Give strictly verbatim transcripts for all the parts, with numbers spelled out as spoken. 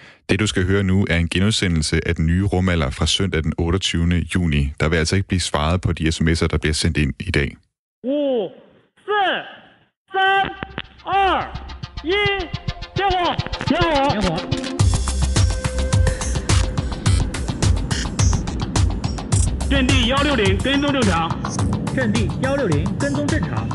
Det, du skal høre nu, er en genudsendelse af den nye rumalder fra søndag den otteogtyvende juni. Der vil altså ikke blive svaret på de sms'er, der bliver sendt ind i dag. fem, fire, tre, to, et, 点火！点火！点火！阵地幺六零，跟踪正常。阵地幺六零，跟踪正常。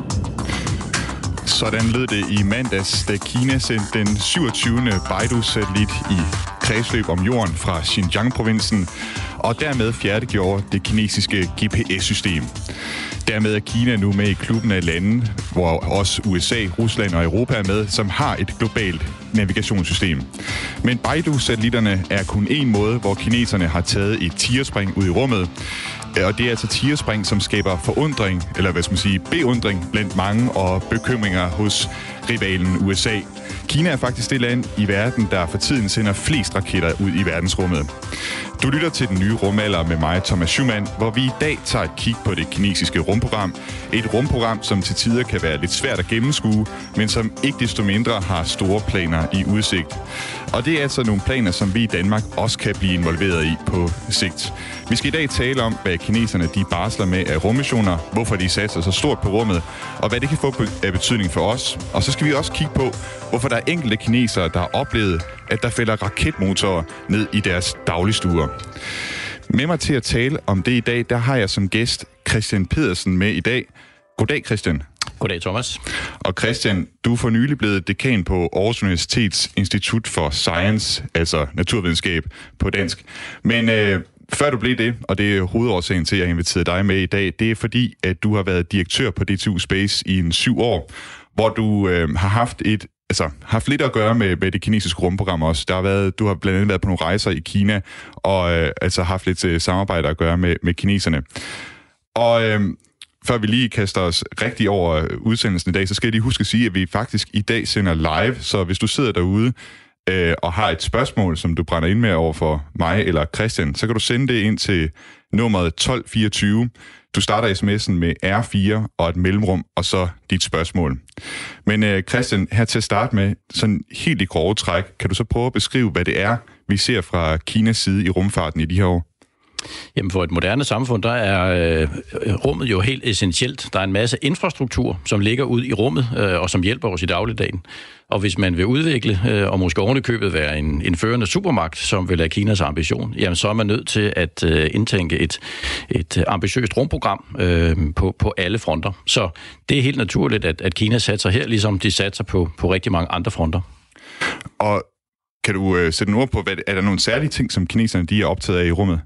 Sådan lød det i mandags, da Kina sendte den syvogtyvende Beidou-satellit i kredsløb om jorden fra Xinjiang-provinsen, og dermed fjerdegjorde det kinesiske G P S-system. Dermed er Kina nu med i klubben af lande, hvor også U S A, Rusland og Europa er med, som har et globalt navigationssystem. Men Beidou-satellitterne er kun en måde, hvor kineserne har taget et tigerspring ud i rummet. Og det er altså tigerspring, som skaber forundring, eller hvad skal man sige, beundring blandt mange og bekymringer hos rivalen U S A. Kina er faktisk det land i verden, der for tiden sender flest raketter ud i verdensrummet. Du lytter til den nye rumalder med mig, Thomas Schumann, hvor vi i dag tager et kig på det kinesiske rumprogram. Et rumprogram, som til tider kan være lidt svært at gennemskue, men som ikke desto mindre har store planer i udsigt. Og det er altså nogle planer, som vi i Danmark også kan blive involveret i på sigt. Vi skal i dag tale om, hvad kineserne de barsler med af rummissioner, hvorfor de satser så stort på rummet, og hvad det kan få af betydning for os. Og så skal vi også kigge på, hvorfor der er enkelte kinesere, der har oplevet, at der falder raketmotorer ned i deres dagligstuer. Med mig til at tale om det i dag, der har jeg som gæst Christian Pedersen med i dag. Goddag, Christian. Goddag, Thomas. Og Christian, du er for nylig blevet dekan på Aarhus Universitets Institut for Science, altså naturvidenskab på dansk. Men øh, før du blev det, og det er hovedårsagen til, at jeg inviterede dig med i dag, det er fordi, at du har været direktør på D T U Space i en syv år, hvor du øh, har haft et Altså, haft lidt at gøre med, med det kinesiske rumprogram også. Der har været, du har blandt andet været på nogle rejser i Kina, og øh, altså haft lidt øh, samarbejde at gøre med, med kineserne. Og øh, før vi lige kaster os rigtig over udsendelsen i dag, så skal jeg lige huske at sige, at vi faktisk i dag sender live. Så hvis du sidder derude øh, og har et spørgsmål, som du brænder ind med over for mig eller Christian, så kan du sende det ind til nummeret tolv fireogtyve. Du starter sms'en med R fire og et mellemrum, og så dit spørgsmål. Men øh, Christian, her til at starte med, sådan helt i grove træk, kan du så prøve at beskrive, hvad det er, vi ser fra Kinas side i rumfarten i de her år? Jamen for et moderne samfund, der er øh, rummet jo helt essentielt. Der er en masse infrastruktur, som ligger ud i rummet, øh, og som hjælper os i dagligdagen. Og hvis man vil udvikle, øh, og måske ovenikøbet være en, en førende supermagt, som vil have Kinas ambition, jamen så er man nødt til at øh, indtænke et, et ambitiøst rumprogram øh, på, på alle fronter. Så det er helt naturligt, at, at Kina satser her, ligesom de satser på, på rigtig mange andre fronter. Og kan du øh, sætte en ord på, hvad, er der nogle særlige ting, som kineserne de er optaget af i rummet?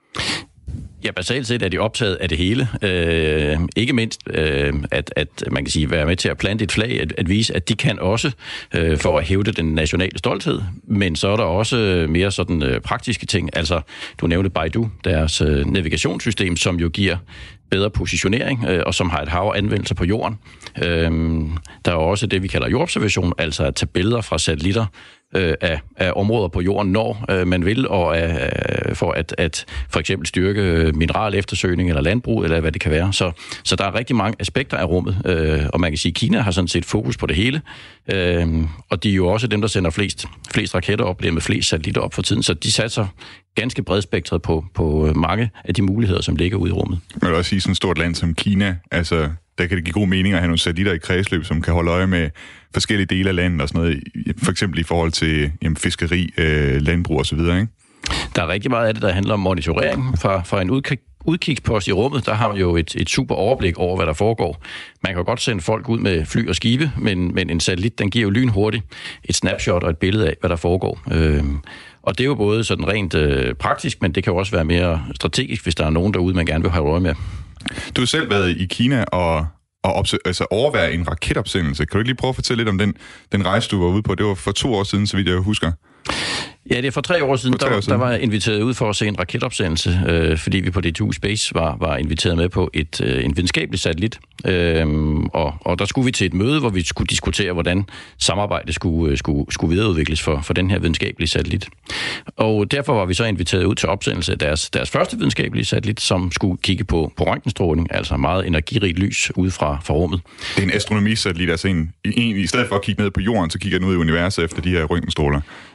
Ja, basalt set er de optaget af det hele. Øh, ikke mindst, øh, at, at man kan sige, være med til at plante et flag, at, at vise, at de kan også øh, for at hævde den nationale stolthed. Men så er der også mere sådan øh, praktiske ting. Altså, du nævnte Beidou, deres øh, navigationssystem, som jo giver bedre positionering, øh, og som har et hav af anvendelser på jorden. Øh, der er også det, vi kalder jordobservation, altså at tage billeder fra satellitter øh, af, af områder på jorden, når øh, man vil, og øh, for at, at for eksempel styrke mineral eftersøgning eller landbrug, eller hvad det kan være. Så, så der er rigtig mange aspekter af rummet, øh, og man kan sige, at Kina har sådan set fokus på det hele, øh, og de er jo også dem, der sender flest, flest raketter op, med flest satellitter op for tiden, så de satser ganske bredspektret på, på mange af de muligheder, som ligger ude i rummet. Man vil også sige, sådan et stort land som Kina, altså der kan det give god mening at have nogle satellitter i kredsløb, som kan holde øje med forskellige dele af landet og sådan noget, for eksempel i forhold til jamen, fiskeri, øh, landbrug og så videre, ikke? Der er rigtig meget af det, der handler om monitorering. Fra, fra en udkig, udkigspost i rummet, der har man jo et, et super overblik over, hvad der foregår. Man kan godt sende folk ud med fly og skibe, men, men en satellit, den giver jo lynhurtigt et snapshot og et billede af, hvad der foregår. Øh, Og det er jo både sådan rent øh, praktisk, men det kan jo også være mere strategisk, hvis der er nogen derude, man gerne vil have øje med. Du har selv været i Kina og, og opse- altså overvære en raketopsendelse. Kan du ikke lige prøve at fortælle lidt om den, den rejse, du var ude på? Det var for to år siden, så vidt jeg husker. Ja, det er for tre år siden, tre år der, siden. der var jeg inviteret ud for at se en raketopsendelse, øh, fordi vi på D T U Space var, var inviteret med på et, øh, en videnskabelig satellit. Øh, og, og der skulle vi til et møde, hvor vi skulle diskutere, hvordan samarbejdet skulle, skulle, skulle videreudvikles for, for den her videnskabelige satellit. Og derfor var vi så inviteret ud til opsendelse af deres, deres første videnskabelige satellit, som skulle kigge på, på røntgenstråling, altså meget energirigt lys ude fra, fra rummet. Det er en astronomisatellit, altså en, en, i stedet for at kigge ned på jorden, så kigger den ud i universet efter de her røntgenstråler.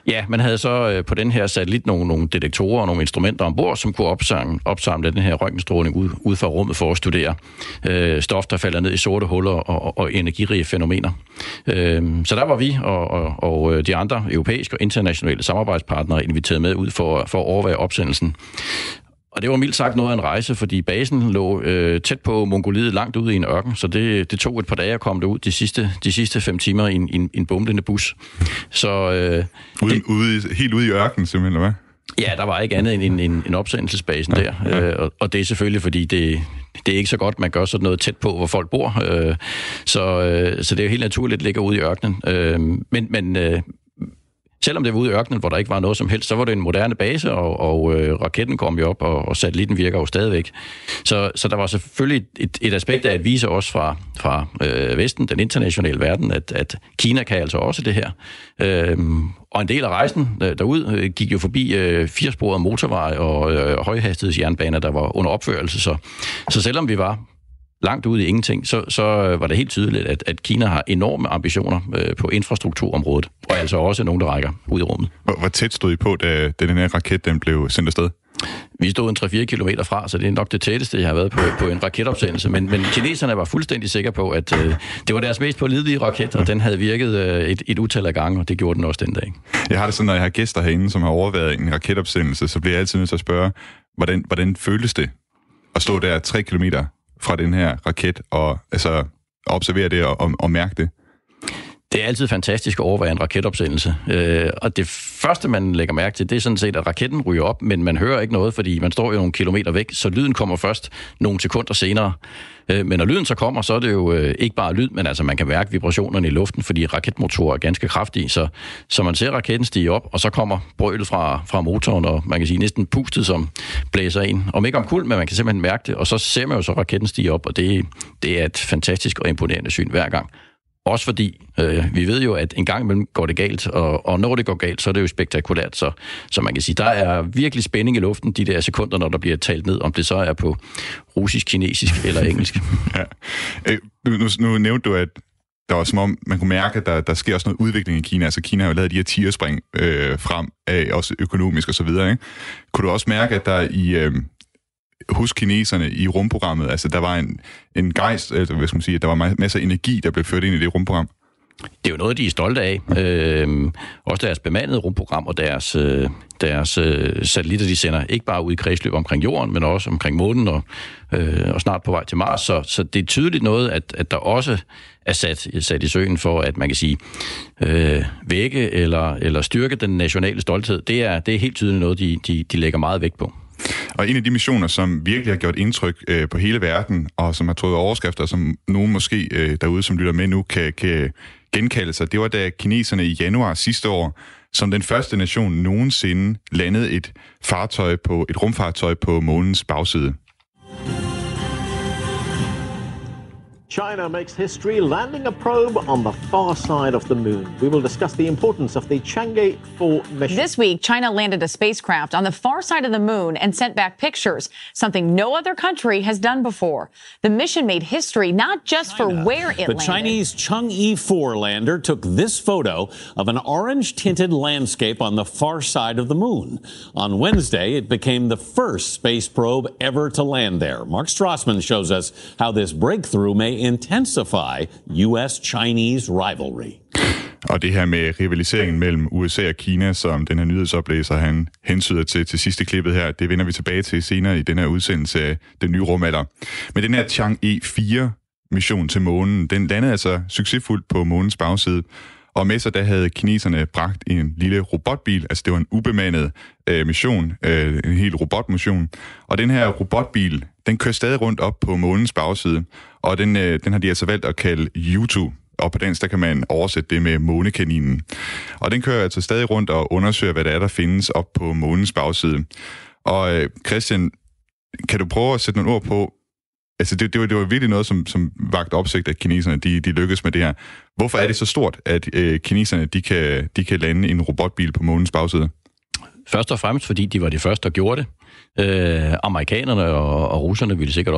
Ja, man havde så øh, på den her satellit nogle, nogle detektorer og nogle instrumenter ombord, som kunne opsamle, opsamle den her røntgenstråling ud, ud fra rummet for at studere øh, stof, der falder ned i sorte huller og, og, og energirige fænomener. Øh, så der var vi og, og, og de andre europæiske og internationale samarbejdspartnere inviteret med ud for, for at overvære opsendelsen. Og det var mildt sagt noget af en rejse, fordi basen lå øh, tæt på Mongoliet, langt ude i en ørken, så det, det tog et par dage at komme derud de sidste, de sidste fem timer i en, i en, en bumlende bus. Så, øh, ude, det, ude, helt ude i ørkenen simpelthen, eller hvad? Ja, der var ikke andet end en, en, en opsendelsesbasen ja, der, ja. Øh, og, og det er selvfølgelig, fordi det, det er ikke så godt, man gør sådan noget tæt på, hvor folk bor, øh, så, øh, så det er jo helt naturligt, at det ligger ude i ørkenen. Øh, men men øh, selvom det var ude i ørkenen, hvor der ikke var noget som helst, så var det en moderne base, og, og øh, raketten kom jo op, og, og satellitten virker jo stadigvæk. Så, så der var selvfølgelig et, et aspekt af at vise os fra, fra øh, Vesten, den internationale verden, at, at Kina kan altså også det her. Øh, og en del af rejsen øh, derud øh, gik jo forbi øh, firesporede motorveje og øh, højhastighedsjernbaner, der var under opførelse. Så, så selvom vi var langt ude i ingenting, så, så var det helt tydeligt, at, at Kina har enorme ambitioner øh, på infrastrukturområdet, og altså også nogen, der rækker ud i rummet. Hvor, hvor tæt stod I på, da, da den her raket den blev sendt afsted? Vi stod en tre til fire kilometer fra, så det er nok det tætteste, jeg har været på, på en raketopsendelse. Men, men kineserne var fuldstændig sikre på, at øh, det var deres mest pålidelige raket, og den havde virket øh, et, et utal af gange, og det gjorde den også den dag. Jeg har det sådan, når jeg har gæster herinde, som har overvejet en raketopsendelse, så bliver jeg altid nødt til at spørge, hvordan, hvordan føltes det at stå der tre kilometer fra den her raket, og altså observere det og, og, og mærke det? Det er altid fantastisk at overveje en raketopsendelse. Øh, og det første, man lægger mærke til, det er sådan set, at raketten ryger op, men man hører ikke noget, fordi man står jo nogle kilometer væk, så lyden kommer først nogle sekunder senere. Øh, men når lyden så kommer, så er det jo øh, ikke bare lyd, men altså man kan mærke vibrationerne i luften, fordi raketmotorer er ganske kraftige. Så, så man ser raketten stige op, og så kommer brølet fra, fra motoren, og man kan sige næsten pustet, som blæser ind. Om ikke omkuld, men man kan simpelthen mærke det, og så ser man jo så raketten stige op, og det, det er et fantastisk og imponerende syn hver gang. Også fordi, øh, vi ved jo, at en gang imellem går det galt, og, og når det går galt, så er det jo spektakulært. Så, så man kan sige, der er virkelig spænding i luften de der sekunder, når der bliver talt ned, om det så er på russisk, kinesisk eller engelsk. Ja. Øh, nu, nu nævnte du, at der var som om, man kunne mærke, at der, der sker også noget udvikling i Kina. Altså Kina har jo lavet de her tigerspring øh, frem, af, også økonomisk og så videre. Ikke? Kunne du også mærke, at der i... Øh, hos kineserne i rumprogrammet, altså der var en, en gejst, altså, hvad skal man sige, der var masser af energi, der blev ført ind i det rumprogram? Det er jo noget, de er stolte af. Øh, også deres bemandede rumprogram og deres, øh, deres øh, satellitter, de sender ikke bare ud i kredsløb omkring jorden, men også omkring månen og, øh, og snart på vej til Mars. Så, så det er tydeligt noget, at, at der også er sat, sat i søen for, at man kan sige, øh, vække eller, eller styrke den nationale stolthed. Det er, det er helt tydeligt noget, de, de, de lægger meget vægt på. Og en af de missioner, som virkelig har gjort indtryk øh, på hele verden, og som har trukket overskrifter, som nogen måske øh, derude, som lytter med nu, kan, kan genkalde sig, det var da kineserne i januar sidste år, som den første nation nogensinde landede et fartøj på et rumfartøj på månens bagside. China makes history landing a probe on the far side of the moon. We will discuss the importance of the Chang'e four mission. This week, China landed a spacecraft on the far side of the moon and sent back pictures, something no other country has done before. The mission made history not just for where it landed. The Chinese Chang'e four lander took this photo of an orange-tinted landscape on the far side of the moon. On Wednesday, it became the first space probe ever to land there. Mark Strassman shows us how this breakthrough may intensify U S-Chinese rivalry. Og det her med rivaliseringen mellem U S A og Kina, som den her nyhedsoplæser, han hensyder til til sidste klippet her, det vender vi tilbage til senere i den her udsendelse af Den Nye Rumalder. Men den her Chang'e fire mission til månen, den landede altså succesfuldt på månens bagside. Og med sig der havde kineserne bragt en lille robotbil, altså det var en ubemandet øh, mission, øh, en helt robotmission. Og den her robotbil, den kører stadig rundt op på månens bagside, og den, øh, den har de altså valgt at kalde Yutu. Og på dansk, der kan man oversætte det med månekaninen. Og den kører altså stadig rundt og undersøger, hvad der er, der findes op på månens bagside. Og øh, Christian, kan du prøve at sætte nogle ord på, altså det, det, var, det var virkelig noget, som, som vagte opsigt, at kineserne de, de lykkedes med det her. Hvorfor er det så stort, at øh, kineserne de kan, de kan lande en robotbil på månens bagside? Først og fremmest, fordi de var de første, der gjorde det. Øh, amerikanerne og, og russerne ville sikkert også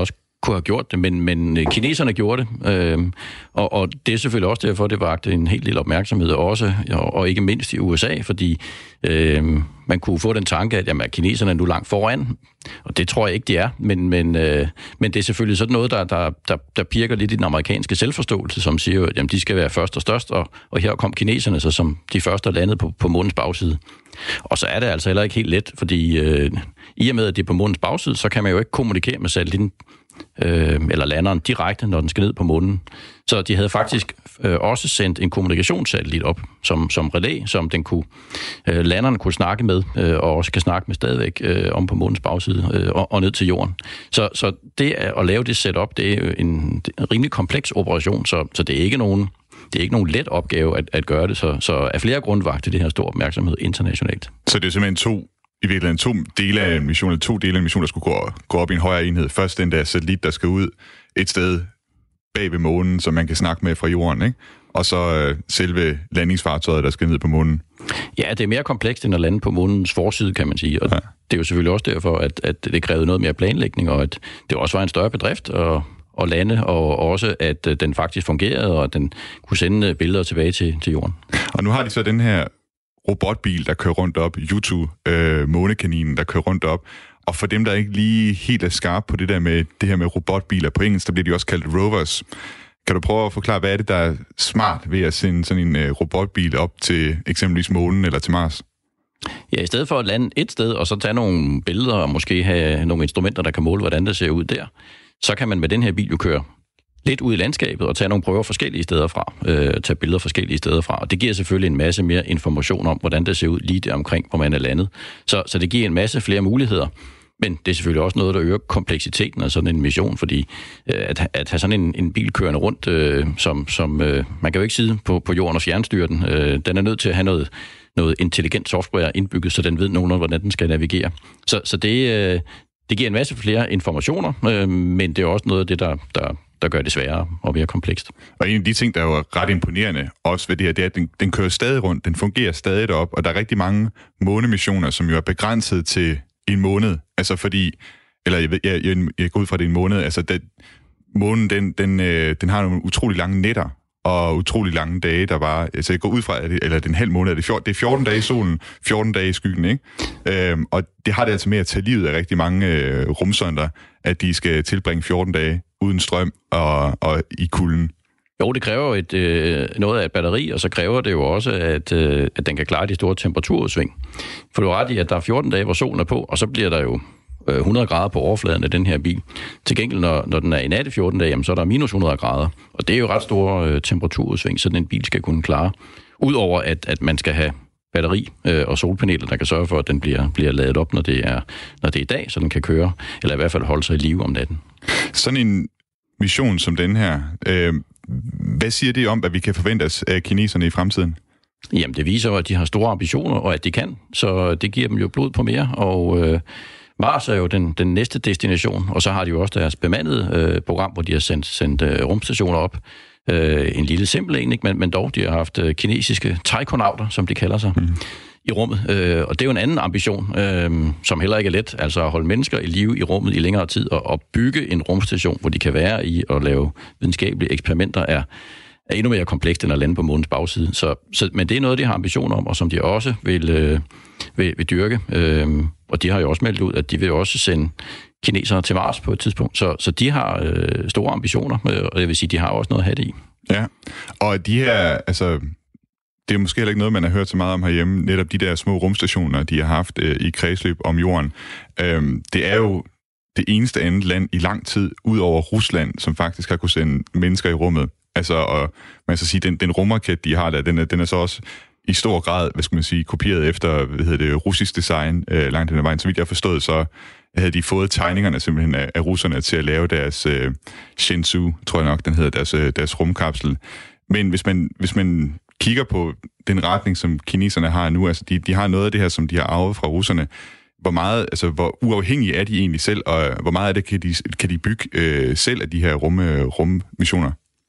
kunne have gjort det, men, men kineserne gjorde det, øh, og, og det er selvfølgelig også derfor, det vagte en hel del opmærksomhed også, og, og ikke mindst i U S A, fordi øh, man kunne få den tanke, at jamen, kineserne er nu langt foran, og det tror jeg ikke, de er, men, men, øh, men det er selvfølgelig sådan noget, der, der, der, der pirker lidt i den amerikanske selvforståelse, som siger, at jamen, de skal være først og størst, og, og her kom kineserne så som de første landet på, på månens bagside. Og så er det altså heller ikke helt let, fordi øh, i og med, at det er på månens bagside, så kan man jo ikke kommunikere med satellitten øh, eller landeren direkte, når den skal ned på månen. Så de havde faktisk øh, også sendt en kommunikationssatellit op som, som relæ, som den kunne, øh, landeren kunne snakke med, øh, og også kan snakke med stadigvæk øh, om på månens bagside øh, og, og ned til jorden. Så, så det at lave det setup, det er en, en rimelig kompleks operation, så, så det er ikke nogen Det er ikke nogen let opgave at, at gøre det, så, så af flere grunde vagte det her stor opmærksomhed internationalt. Så det er simpelthen to, i virkeligheden to dele af en mission, eller to dele af en mission, der skulle gå, gå op i en højere enhed. Først den der satellit, der skal ud et sted bag ved månen, som man kan snakke med fra jorden, ikke? Og så øh, selve landingsfartøjet, der skal ned på månen. Ja, det er mere komplekst end at lande på månens forside, kan man sige. Og ja. Det er jo selvfølgelig også derfor, at, at det krævede noget mere planlægning, og at det også var en større bedrift, og og lande, og også at den faktisk fungerede, og at den kunne sende billeder tilbage til, til jorden. Og nu har de så den her robotbil, der kører rundt op, Yutu, øh, månekaninen, der kører rundt op, og for dem, der ikke lige helt er skarpe på det der med det her med robotbiler på engelsk, der bliver de også kaldt rovers. Kan du prøve at forklare, hvad er det, der er smart ved at sende sådan en øh, robotbil op til eksempelvis månen eller til Mars? Ja, i stedet for at lande et sted, og så tage nogle billeder, og måske have nogle instrumenter, der kan måle, hvordan det ser ud der, så kan man med den her bil jo køre lidt ud i landskabet og tage nogle prøver forskellige steder fra, øh, tage billeder forskellige steder fra, og det giver selvfølgelig en masse mere information om, hvordan det ser ud lige der omkring, hvor man er landet. Så, så det giver en masse flere muligheder, men det er selvfølgelig også noget, der øger kompleksiteten af sådan en mission, fordi øh, at, at have sådan en, en bil kørende rundt, øh, som, som øh, man kan jo ikke sidde på, på jorden og fjernstyre den, øh, den er nødt til at have noget, noget intelligent software indbygget, så den ved nogenlunde, hvordan den skal navigere. Så, så det øh, Det giver en masse flere informationer, øh, men det er også noget af det, der, der, der gør det sværere og mere komplekst. Og en af de ting, der er jo ret imponerende også ved det her, det er, at den, den kører stadig rundt, den fungerer stadig derop, og der er rigtig mange månemissioner, som jo er begrænset til en måned. Altså fordi, eller jeg, jeg, jeg, jeg går ud fra det en måned, altså den, månen, den, den, øh, den har nogle utrolig lange nætter, og utrolig lange dage, der var, altså jeg går ud fra, at det, eller den halv måned, det er, fjorten, det er fjorten dage i solen, fjorten dage i skyggen, ikke? Øhm, og det har det altså med at tage livet af rigtig mange øh, rumsonder, at de skal tilbringe fjorten dage uden strøm og, og i kulden. Jo, det kræver et, øh, noget af et batteri, og så kræver det jo også, at, øh, at den kan klare de store temperaturudsving. For du har ret i, at der er fjorten dage, hvor solen er på, og så bliver der jo hundrede grader på overfladen af den her bil. Til gengæld, når, når den er i natte fjorten dage, jamen, så er der minus hundrede grader. Og det er jo ret store øh, temperaturudsving, så den bil skal kunne klare. Udover at, at man skal have batteri øh, og solpaneler, der kan sørge for, at den bliver, bliver ladet op, når det, er, når det er dag, så den kan køre, eller i hvert fald holde sig i live om natten. Sådan en mission som den her, øh, hvad siger det om, hvad vi kan forvente os af kineserne i fremtiden? Jamen, det viser jo, at de har store ambitioner, og at de kan. Så det giver dem jo blod på mere, og øh, Mars er jo den, den næste destination, og så har de jo også deres bemandede øh, program, hvor de har sendt, sendt øh, rumstationer op. Øh, en lille simpel en, ikke? Men, men dog, de har haft øh, kinesiske taikonauter, som de kalder sig, mm. i rummet. Øh, og det er jo en anden ambition, øh, som heller ikke er let, altså at holde mennesker i live i rummet i længere tid, og, og bygge en rumstation, hvor de kan være i og lave videnskabelige eksperimenter, er, er endnu mere komplekst end at lande på månens bagside. Så, så, men det er noget, de har ambitioner om, og som de også vil, øh, vil, vil dyrke. Øh, og de har jo også meldt ud, at de vil også sende kinesere til Mars på et tidspunkt. Så, så de har øh, store ambitioner, og jeg vil sige, de har også noget at have det i. Ja, og de her, altså, det er måske heller ikke noget, man har hørt så meget om herhjemme, netop de der små rumstationer, de har haft øh, i kredsløb om jorden. Øhm, det er jo det eneste andet land i lang tid, ud over Rusland, som faktisk har kunne sende mennesker i rummet. Altså, og man skal sige, den, den rumraket, de har der, den er, den er så også i stor grad, hvad skal man sige, kopieret efter, hvad hedder det, russisk design øh, langt hen ad vejen. Så vidt jeg har forstået, så havde de fået tegningerne simpelthen af, af russerne til at lave deres øh, Shenzhou, tror jeg nok, den hedder, deres, øh, deres rumkapsel. Men hvis man, hvis man kigger på den retning, som kineserne har nu, altså de, de har noget af det her, som de har arvet fra russerne, hvor meget, altså hvor uafhængige er de egentlig selv, og hvor meget af det kan de, kan de bygge øh, selv af de her rum, øh, rummissioner?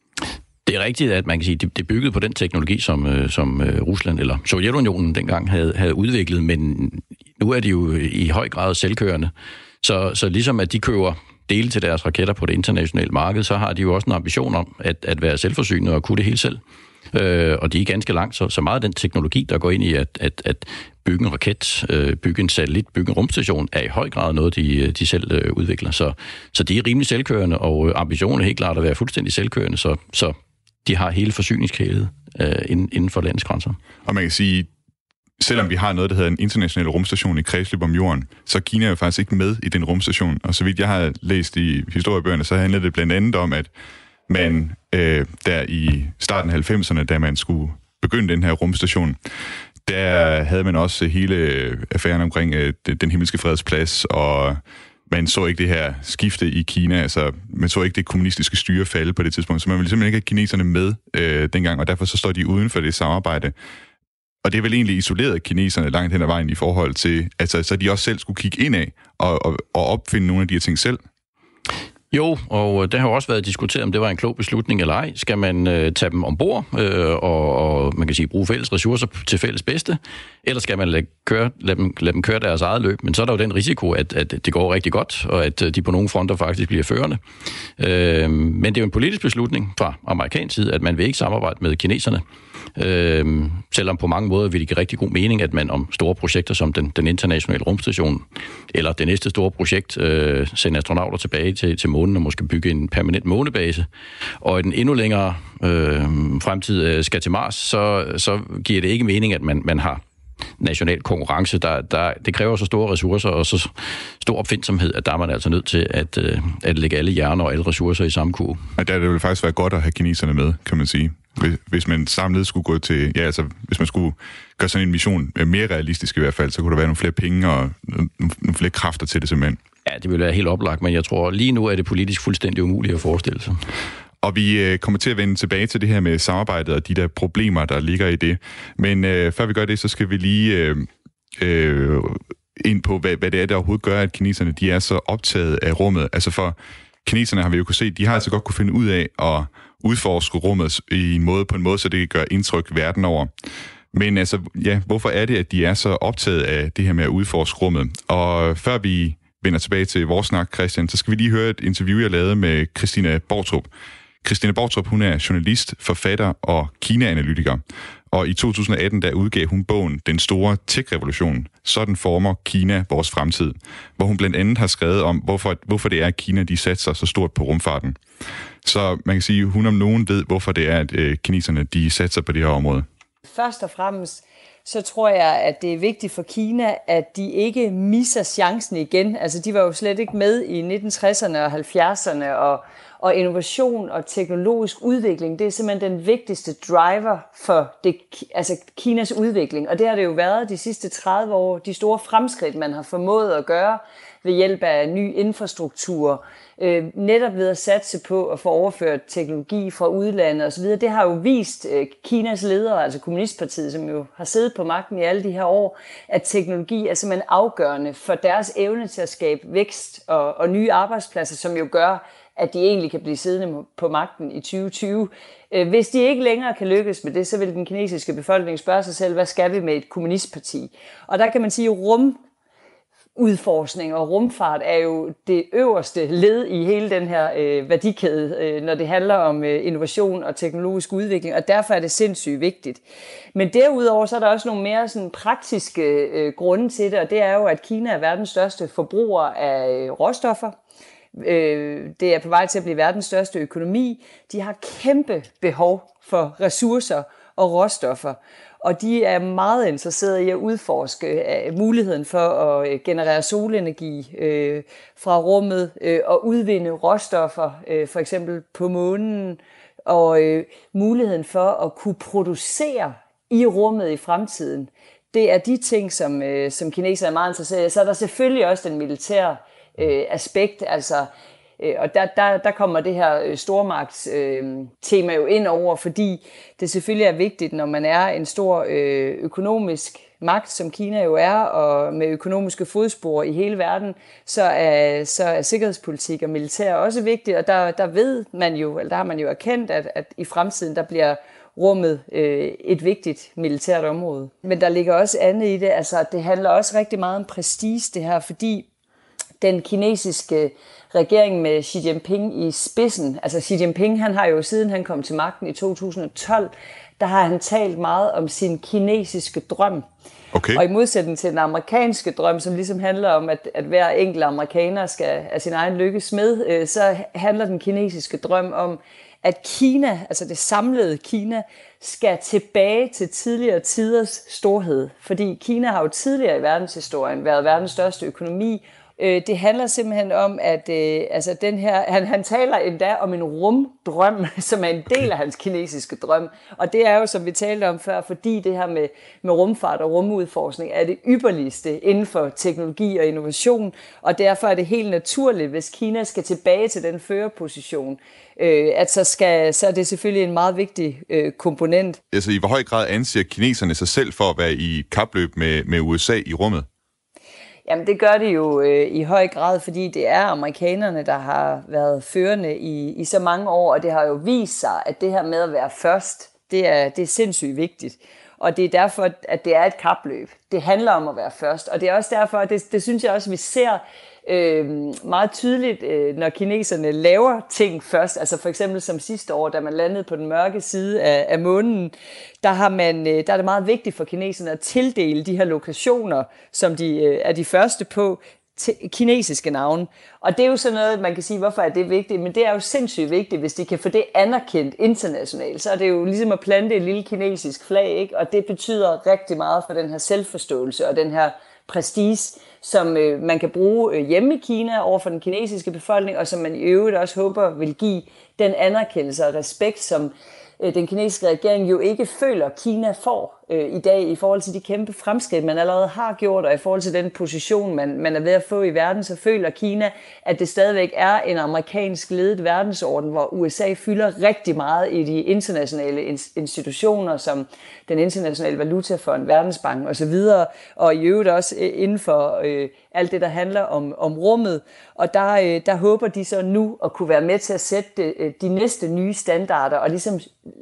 Det er rigtigt, at man kan sige, at det byggede på den teknologi, som, som Rusland eller Sovjetunionen dengang havde, havde udviklet, men nu er de jo i høj grad selvkørende. Så, så ligesom at de køber dele til deres raketter på det internationale marked, så har de jo også en ambition om at, at være selvforsynende og kunne det hele selv. Øh, og de er ganske langt, så, så meget af den teknologi, der går ind i at, at, at bygge en raket, øh, bygge en satellit, bygge en rumstation, er i høj grad noget, de, de selv øh, udvikler. Så, så de er rimelig selvkørende, og ambitionen er helt klart at være fuldstændig selvkørende, så, så de har hele forsyningskædet øh, inden, inden for landets grænser. Og man kan sige, selvom vi har noget, der hedder en international rumstation i kredsløb om jorden, så er Kina jo faktisk ikke med i den rumstation. Og så vidt jeg har læst i historiebøgerne, så handler det blandt andet om, at man øh, der i starten af halvfemserne, da man skulle begynde den her rumstation, der havde man også hele affæren omkring øh, den himmelske fredsplads, og man så ikke det her skifte i Kina, altså man så ikke det kommunistiske styre falde på det tidspunkt, så man ville simpelthen ikke have kineserne med øh, dengang, og derfor så står de uden for det samarbejde. Og det er vel egentlig isoleret kineserne langt hen ad vejen i forhold til, altså så de også selv skulle kigge indad og, og, og opfinde nogle af de her ting selv. Jo, og der har også været diskuteret, om det var en klog beslutning eller ej. Skal man øh, tage dem ombord øh, og, og man kan sige bruge fælles ressourcer til fælles bedste, eller skal man lade, køre, lade, dem, lade dem køre deres eget løb? Men så er der jo den risiko, at, at det går rigtig godt, og at de på nogle fronter faktisk bliver førende. Øh, men det er jo en politisk beslutning fra amerikansk side, at man vil ikke samarbejde med kineserne. Øh, selvom på mange måder vil det give rigtig god mening, at man om store projekter som den, den internationale rumstation, eller det næste store projekt, øh, sender astronauter tilbage til, til månen og måske bygge en permanent månebase, og i den endnu længere øh, fremtid øh, skal til Mars, så, så giver det ikke mening, at man, man har national konkurrence. Der, der, det kræver så store ressourcer og så stor opfindsomhed, at der er man altså nødt til at, øh, at lægge alle hjerner og alle ressourcer i samme kurve. Og der vil faktisk være godt at have kineserne med, kan man sige. Hvis, hvis man samlet skulle gå til, ja altså, hvis man skulle gøre sådan en mission mere realistisk i hvert fald, så kunne der være nogle flere penge og nogle, nogle flere kræfter til det simpelthen. Ja, det vil være helt oplagt, men jeg tror lige nu er det politisk fuldstændig umuligt at forestille sig. Og vi øh, kommer til at vende tilbage til det her med samarbejdet og de der problemer, der ligger i det. Men øh, før vi gør det, så skal vi lige øh, øh, ind på, hvad, hvad det er, der overhovedet gør, at kineserne de er så optaget af rummet. Altså for kineserne har vi jo kunne se, de har altså godt kunne finde ud af at udforske rummet i en måde, på en måde, så det kan gøre indtryk verden over. Men altså, ja, hvorfor er det, at de er så optaget af det her med at udforske rummet? Og før vi vender tilbage til vores snak, Christian, så skal vi lige høre et interview, jeg lavede med Christina Bortrup. Christina Bortrup, hun er journalist, forfatter og Kina-analytiker. Og i to tusind og atten, der udgav hun bogen Den store tech-revolution. Sådan former Kina vores fremtid. Hvor hun blandt andet har skrevet om, hvorfor, hvorfor det er, at Kina de satser så stort på rumfarten. Så man kan sige, at hun om nogen ved, hvorfor det er, at øh, kineserne de satser på det her område. Først og fremmest, så tror jeg, at det er vigtigt for Kina, at de ikke misser chancen igen. Altså, de var jo slet ikke med i nitten tresserne og halvfjerdserne, og, og innovation og teknologisk udvikling, det er simpelthen den vigtigste driver for det, altså Kinas udvikling. Og det har det jo været de sidste tredive år, de store fremskridt, man har formået at gøre ved hjælp af ny infrastruktur, øh, netop ved at satse på at få overført teknologi fra udlandet osv. Det har jo vist øh, Kinas ledere, altså Kommunistpartiet, som jo har siddet på magten i alle de her år, at teknologi er simpelthen afgørende for deres evne til at skabe vækst og, og nye arbejdspladser, som jo gør, at de egentlig kan blive siddende på magten i tyve tyve. Hvis de ikke længere kan lykkes med det, så vil den kinesiske befolkning spørge sig selv, hvad skal vi med et kommunistparti? Og der kan man sige, at rum udforskning og rumfart er jo det øverste led i hele den her øh, værdikæde, øh, når det handler om øh, innovation og teknologisk udvikling, og derfor er det sindssygt vigtigt. Men derudover så er der også nogle mere sådan, praktiske øh, grunde til det, og det er jo, at Kina er verdens største forbruger af øh, råstoffer. Øh, det er på vej til at blive verdens største økonomi. De har kæmpe behov for ressourcer og råstoffer. Og de er meget interesserede i at udforske uh, muligheden for at uh, generere solenergi uh, fra rummet uh, og udvinde råstoffer, uh, for eksempel på månen, og uh, muligheden for at kunne producere i rummet i fremtiden. Det er de ting, som, uh, som kinesere er meget interesserede i. Så er der selvfølgelig også den militære uh, aspekt, altså og der, der, der kommer det her stormagtstema øh, jo ind over, fordi det selvfølgelig er vigtigt, når man er en stor øh, økonomisk magt, som Kina jo er, og med økonomiske fodspor i hele verden, så er, så er sikkerhedspolitik og militær også vigtigt, og der, der ved man jo, eller der har man jo erkendt, at, at i fremtiden, der bliver rummet øh, et vigtigt militært område. Men der ligger også andet i det, altså det handler også rigtig meget om prestige det her, fordi den kinesiske regering med Xi Jinping i spidsen. Altså Xi Jinping, han har jo siden han kom til magten i to tusind og tolv, der har han talt meget om sin kinesiske drøm. Okay. Og i modsætning til den amerikanske drøm, som ligesom handler om, at, at hver enkelt amerikaner skal af sin egen lykke smed, øh, så handler den kinesiske drøm om, at Kina, altså det samlede Kina, skal tilbage til tidligere tiders storhed. Fordi Kina har jo tidligere i verdenshistorien været verdens største økonomi. Det handler simpelthen om, at øh, altså den her, han, han taler endda om en rumdrøm, som er en del af hans kinesiske drøm. Og det er jo, som vi talte om før, fordi det her med, med rumfart og rumudforskning er det ypperligste inden for teknologi og innovation. Og derfor er det helt naturligt, hvis Kina skal tilbage til den førerposition, øh, at så, skal, så er det selvfølgelig en meget vigtig øh, komponent. Altså i hvor høj grad anser kineserne sig selv for at være i kapløb med, med U S A i rummet? Jamen det gør det jo øh, i høj grad, fordi det er amerikanerne, der har været førende i, i så mange år, og det har jo vist sig, at det her med at være først, det er, det er sindssygt vigtigt. Og det er derfor, at det er et kapløb. Det handler om at være først, og det er også derfor, det, det synes jeg også, vi ser øh, meget tydeligt, øh, når kineserne laver ting først. Altså for eksempel som sidste år, da man landede på den mørke side af, af månen, der, har man, øh, der er det meget vigtigt for kineserne at tildele de her lokationer, som de øh, er de første på, til kinesiske navne. Og det er jo sådan noget, man kan sige, hvorfor er det vigtigt? Men det er jo sindssygt vigtigt, hvis de kan få det anerkendt internationalt. Så er det jo ligesom at plante et lille kinesisk flag, ikke? Og det betyder rigtig meget for den her selvforståelse og den her prestige, som øh, man kan bruge øh, hjemme i Kina over for den kinesiske befolkning, og som man i øvrigt også håber vil give den anerkendelse og respekt, som øh, den kinesiske regering jo ikke føler, Kina får øh, i dag i forhold til de kæmpe fremskridt, man allerede har gjort, og i forhold til den position, man, man er ved at få i verden, så føler Kina, at det stadigvæk er en amerikansk ledet verdensorden, hvor U S A fylder rigtig meget i de internationale institutioner, som den internationale valutafond, Verdensbanken osv., og i øvrigt også inden for øh, alt det, der handler om, om rummet. Og der, øh, der håber de så nu at kunne være med til at sætte øh, de næste nye standarder, og ligesom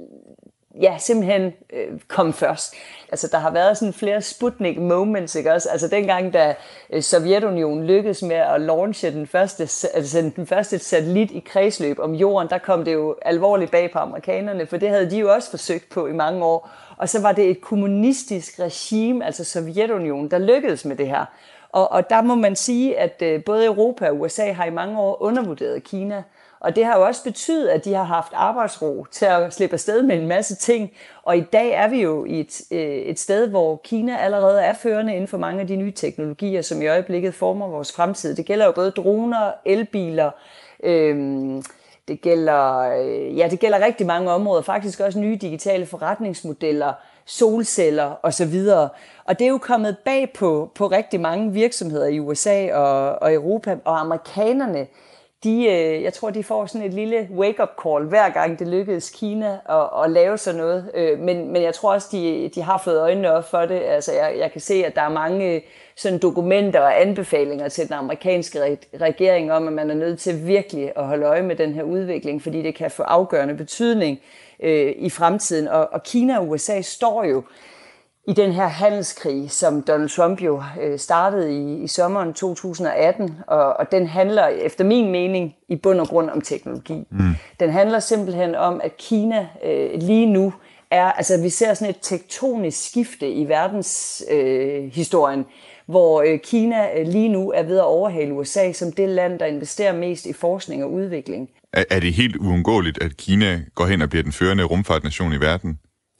ja, simpelthen øh, komme først. Altså, der har været sådan flere Sputnik moments, ikke også? Altså, dengang, da øh, Sovjetunionen lykkedes med at launche den første, altså, den første satellit i kredsløb om jorden, der kom det jo alvorligt bag på amerikanerne, for det havde de jo også forsøgt på i mange år. Og så var det et kommunistisk regime, altså Sovjetunionen, der lykkedes med det her. Og, og der må man sige, at øh, både Europa og U S A har i mange år undervurderet Kina. Og det har jo også betydet, at de har haft arbejdsro til at slippe afsted med en masse ting. Og i dag er vi jo i et, et sted, hvor Kina allerede er førende inden for mange af de nye teknologier, som i øjeblikket former vores fremtid. Det gælder jo både droner, elbiler, øhm, det gælder, ja, det gælder rigtig mange områder. Faktisk også nye digitale forretningsmodeller, solceller osv. Og det er jo kommet bag på, på rigtig mange virksomheder i U S A og, og Europa, og amerikanerne. De, jeg tror, de får sådan et lille wake-up call, hver gang det lykkedes Kina at, at lave sådan noget. Men, men jeg tror også, de, de har fået øjnene op for det. Altså, jeg, jeg kan se, at der er mange sådan dokumenter og anbefalinger til den amerikanske regering om, at man er nødt til virkelig at holde øje med den her udvikling, fordi det kan få afgørende betydning øh, i fremtiden. Og, og Kina og U S A står jo i den her handelskrig, som Donald Trump jo startede i, i sommeren to tusind og atten, og, og den handler efter min mening i bund og grund om teknologi. Mm. Den handler simpelthen om, at Kina øh, lige nu er, altså vi ser sådan et tektonisk skifte i verdenshistorien, øh, hvor øh, Kina lige nu er ved at overhale U S A som det land, der investerer mest i forskning og udvikling. Er, er det helt uundgåeligt, at Kina går hen og bliver den førende rumfartnation i verden?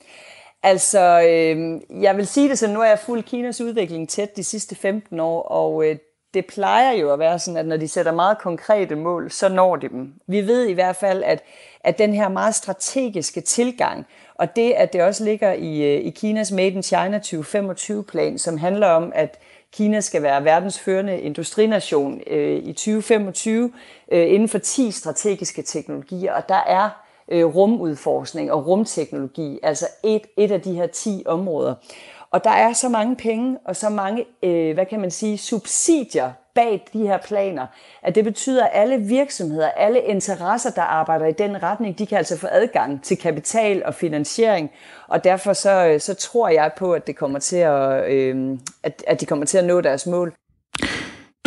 Altså, øh, jeg vil sige det sådan, nu har jeg fulgt Kinas udvikling tæt de sidste femten år, og øh, det plejer jo at være sådan, at når de sætter meget konkrete mål, så når de dem. Vi ved i hvert fald, at, at den her meget strategiske tilgang, og det, at det også ligger i, i Kinas Made in China tyve femogtyve-plan, som handler om, at Kina skal være verdens førende industrination øh, i tyve femogtyve øh, inden for ti strategiske teknologier, og der er rumudforskning og rumteknologi, altså et, et af de her ti områder. Og der er så mange penge og så mange, øh, hvad kan man sige, subsidier bag de her planer, at det betyder, at alle virksomheder, alle interesser, der arbejder i den retning, de kan altså få adgang til kapital og finansiering, og derfor så, så tror jeg på, at det kommer til at, øh, at, at de kommer til at nå deres mål. Du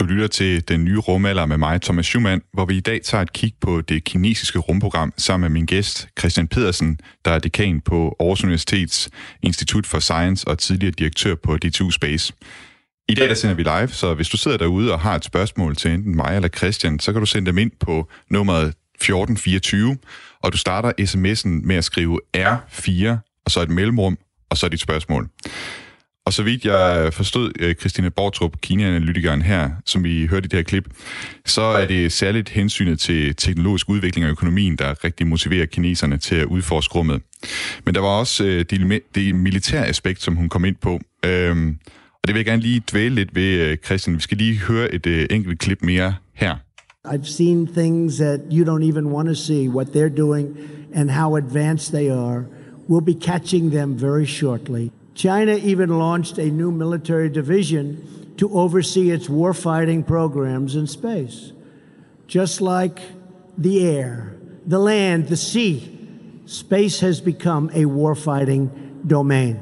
Du lytter til Den Nye Rumalder med mig, Thomas Schumann, hvor vi i dag tager et kig på det kinesiske rumprogram sammen med min gæst, Christian Pedersen, der er dekan på Aarhus Universitets Institut for Science og tidligere direktør på D to Space. I dag der sender vi live, så hvis du sidder derude og har et spørgsmål til enten mig eller Christian, så kan du sende dem ind på nummeret fjorten fireogtyve, og du starter sms'en med at skrive R fire, og så et mellemrum, og så dit spørgsmål. Og så vidt jeg forstod Christine Bortrup, Kina-analytikeren her, som vi hørte i det her klip, så er det særligt hensynet til teknologisk udvikling og økonomien, der rigtig motiverer kineserne til at udforske rummet. Men der var også det, det militære aspekt, som hun kom ind på. Øhm, og det vil jeg gerne lige dvæle lidt ved, Christian. Vi skal lige høre et øh, enkelt klip mere her. I've seen things that you don't even want to see, what they're doing and how advanced they are. We'll be catching them very shortly. China even launched a new military division to oversee its warfighting programs in space. Just like the air, the land, the sea, space has become a warfighting domain.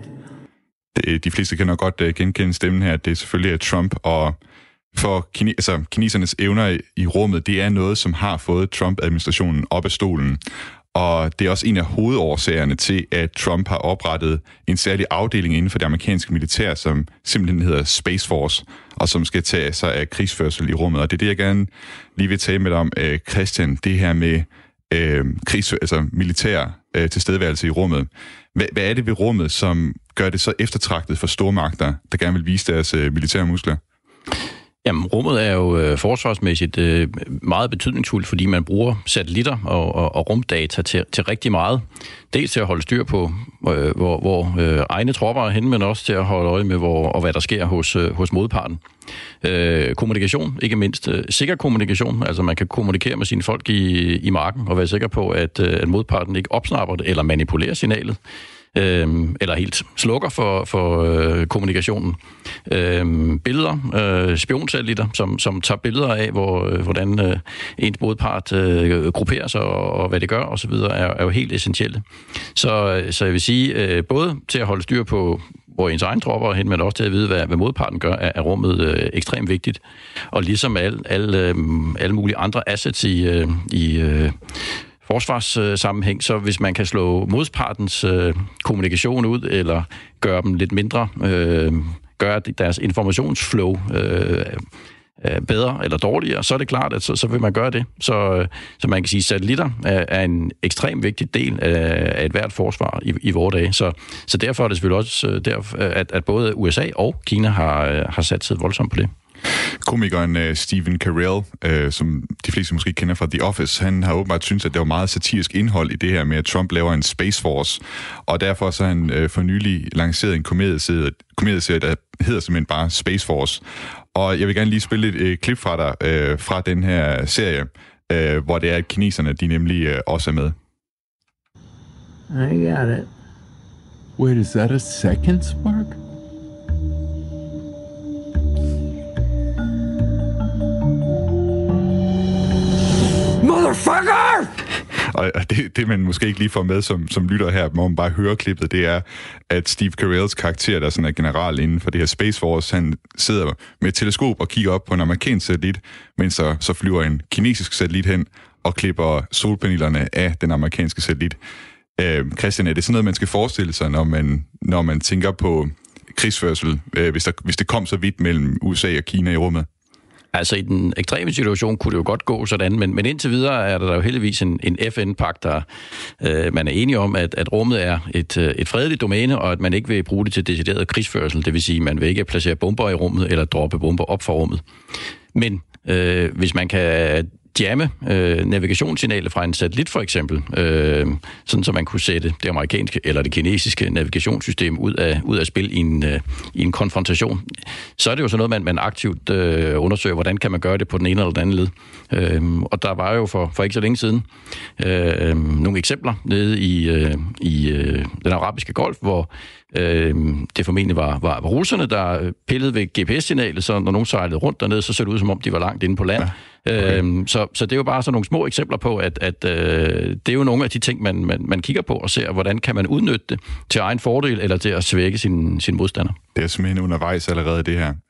De fleste kan nok godt genkende stemmen her. Det er selvfølgelig Trump, og for kine, altså, kinesernes evner i rummet, det er noget, som har fået Trump-administrationen op af stolen. Og det er også en af hovedårsagerne til, at Trump har oprettet en særlig afdeling inden for det amerikanske militær, som simpelthen hedder Space Force, og som skal tage sig af krigsførsel i rummet. Og det er det, jeg gerne lige vil tale med dig om, Christian, det her med øh, krigs, altså militær øh, tilstedeværelse i rummet. Hvad, hvad er det ved rummet, som gør det så eftertragtet for stormagter, der gerne vil vise deres øh, militære muskler? Jamen, rummet er jo øh, forsvarsmæssigt øh, meget betydningsfuldt, fordi man bruger satellitter og, og, og rumdata til, til rigtig meget. Dels til at holde styr på, øh, hvor, hvor øh, egne tropper er henne, men også til at holde øje med, hvor, og hvad der sker hos, øh, hos modparten. Øh, kommunikation, ikke mindst øh, sikker kommunikation, altså man kan kommunikere med sine folk i, i marken og være sikker på, at, øh, at modparten ikke opsnapper det eller manipulerer signalet. Øhm, eller helt slukker for, for øh, kommunikationen. Øhm, billeder, øh, spionsatellitter, som, som tager billeder af, hvor, øh, hvordan øh, ens modpart øh, grupperer sig, og, og hvad det gør osv., er, er jo helt essentielle. Så, så jeg vil sige, øh, både til at holde styr på, hvor ens egen tropper er hen, men også til at vide, hvad, hvad modparten gør, er, er rummet øh, ekstremt vigtigt. Og ligesom alle, alle, øh, alle mulige andre assets i, øh, i øh, forsvarssammenhæng, så hvis man kan slå modpartens øh, kommunikation ud, eller gøre dem lidt mindre, øh, gøre deres informationsflow øh, bedre eller dårligere, så er det klart, at så, så vil man gøre det. Så, så man kan sige, at satellitter er, er en ekstremt vigtig del af, af et hvert forsvar i, i vores dage. Så, så derfor er det selvfølgelig også der, at, at både U S A og Kina har, har sat sig voldsomt på det. Komikeren uh, Stephen Carell, uh, som de fleste måske kender fra The Office, han har åbenbart syntes, at der var meget satirisk indhold i det her med, at Trump laver en Space Force, og derfor så har han uh, for nylig lanceret en komedieserie, komedieserie, der hedder simpelthen bare Space Force. Og jeg vil gerne lige spille et uh, klip fra dig uh, fra den her serie, uh, hvor det er, at kineserne de nemlig uh, også er med. I got it. Wait, is that a second spark? Motherfucker! Og det, det, man måske ikke lige får med som, som lytter her, må man bare høre klippet, det er, at Steve Carells karakter, der sådan er general inden for det her Space Force, han sidder med et teleskop og kigger op på en amerikansk satellit, mens så, så flyver en kinesisk satellit hen og klipper solpanelerne af den amerikanske satellit. Øh, Christian, er det sådan noget, man skal forestille sig, når man, når man tænker på krigsførsel, øh, hvis, der, hvis det kom så vidt mellem U S A og Kina i rummet? Altså i den ekstreme situation kunne det jo godt gå sådan, men, men indtil videre er der jo heldigvis en, en F N-pagt, der øh, man er enige om, at, at rummet er et, et fredeligt domæne, og at man ikke vil bruge det til decideret krigsførsel, det vil sige, at man vil ikke placere bomber i rummet eller droppe bomber op fra rummet. Men øh, hvis man kan jamme øh, navigationssignaler fra en satellit for eksempel, øh, sådan så man kunne sætte det amerikanske eller det kinesiske navigationssystem ud af, ud af spil i en, øh, i en konfrontation, så er det jo sådan noget, man, man aktivt øh, undersøger, hvordan kan man gøre det på den ene eller den anden led. Øh, og der var jo for, for ikke så længe siden øh, nogle eksempler nede i, øh, i øh, den arabiske golf, hvor Øh, det formentlig var, var, var russerne, der pillede ved G P S-signalet, så når nogen sejlede rundt dernede, så så det ud, som om de var langt inde på land. Ja, okay. øh, så, så det er jo bare sådan nogle små eksempler på, at, at øh, det er jo nogle af de ting, man, man, man kigger på og ser, hvordan kan man udnytte det til egen fordel, eller til at svække sin, sin modstander. Det er simpelthen undervejs allerede det her.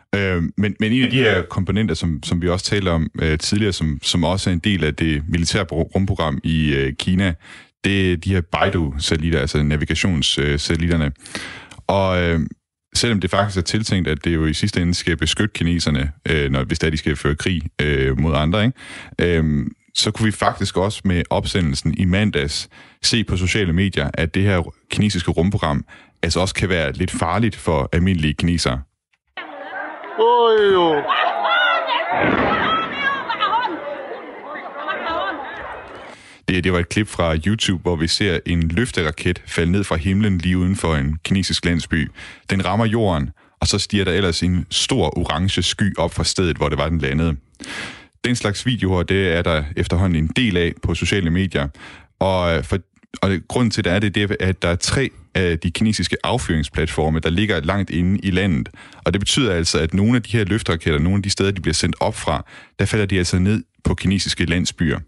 Øh, men, men en af de her komponenter, som, som vi også talte om øh, tidligere, som, som også er en del af det militære rumprogram i øh, Kina, det er de her Beidou-satellitter, altså navigationssatellitterne. Og øh, selvom det faktisk er tiltænkt, at det jo i sidste ende skal beskytte kineserne, øh, når, hvis der de skal føre krig øh, mod andre, ikke? Øh, så kunne vi faktisk også med opsendelsen i mandags se på sociale medier, at det her kinesiske rumprogram altså også kan være lidt farligt for almindelige kinesere. Oh, Det, det var et klip fra YouTube, hvor vi ser en løfteraket falde ned fra himlen lige uden for en kinesisk landsby. Den rammer jorden, og så stiger der ellers en stor orange sky op fra stedet, hvor det var, den landede. Den slags videoer, det er der efterhånden en del af på sociale medier. Og, for, og grunden til det er det, det er, at der er tre af de kinesiske affyringsplatforme, der ligger langt inde i landet. Og det betyder altså, at nogle af de her løfteraketter, nogle af de steder, de bliver sendt op fra, der falder de altså ned på kinesiske landsbyer.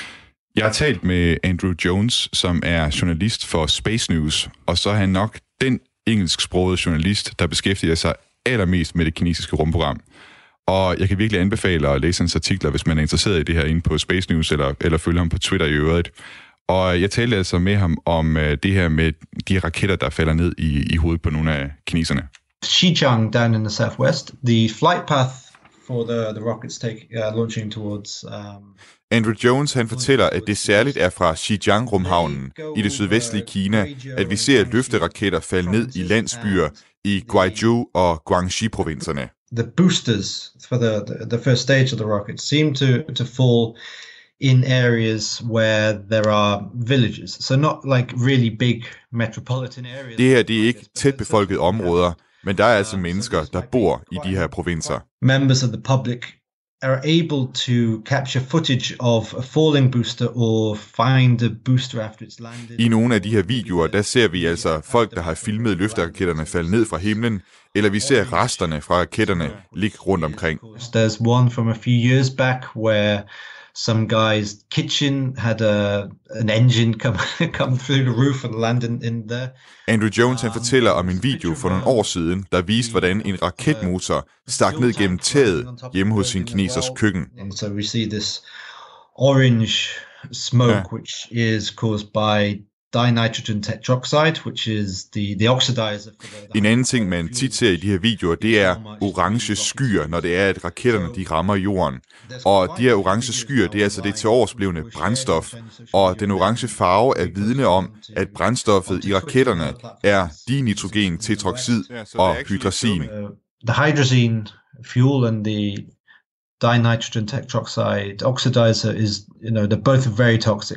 Jeg har talt med Andrew Jones, som er journalist for Space News, og så er han nok den engelsksprogede journalist, der beskæftiger sig allermest med det kinesiske rumprogram. Og jeg kan virkelig anbefale at læse hans artikler, hvis man er interesseret i det her inde på Space News, eller, eller følge ham på Twitter i øvrigt. Og jeg talte altså med ham om uh, det her med de raketter, der falder ned i, i hovedet på nogle af kineserne. Xinjiang down in the southwest, the flight path for the, the rockets take, uh, launching towards... Um Andrew Jones, han fortæller, at det særligt er fra Xinjiang-rumhavnen i det sydvestlige Kina, at vi ser løfteraketter falde ned i landsbyer i Guizhou og Guangxi-provinserne. The boosters for the, the, the first stage of the rocket seem to, to fall in areas where there are villages, so not like really big metropolitan areas. Det her, det er ikke tæt befolkede områder, men der er altså mennesker, der bor i de her provinser. Members of the public are able to capture footage of a falling booster or find a booster after it's landed. I nogle af de her videoer, der ser vi altså folk, der har filmet løfteraketterne falde ned fra himlen, eller vi ser resterne fra raketterne ligge rundt omkring. There's one from a few years back where some guy's kitchen had a an engine come come through the roof and land in, in there. Andrew Jones han fortæller om en video for nogle år siden, der viste, hvordan en raketmotor stak ned gennem taget hjemme hos sin kinesers køkken. And so we see this orange smoke, yeah. which is caused by dinitrogen tetroxide, which is the, the oxidizer. En anden ting, man tit ser i de her videoer, det er orange skyer, når det er, at raketterne de rammer jorden. Og de her orange skyer, det er altså det tiloversblevne brændstof, og den orange farve er vidne om, at brændstoffet i raketterne er dinitrogen tetroxid og hydrazin. The hydrazine fuel and the dinitrogen tetroxide oxidizer is, you know, they're both very toxic.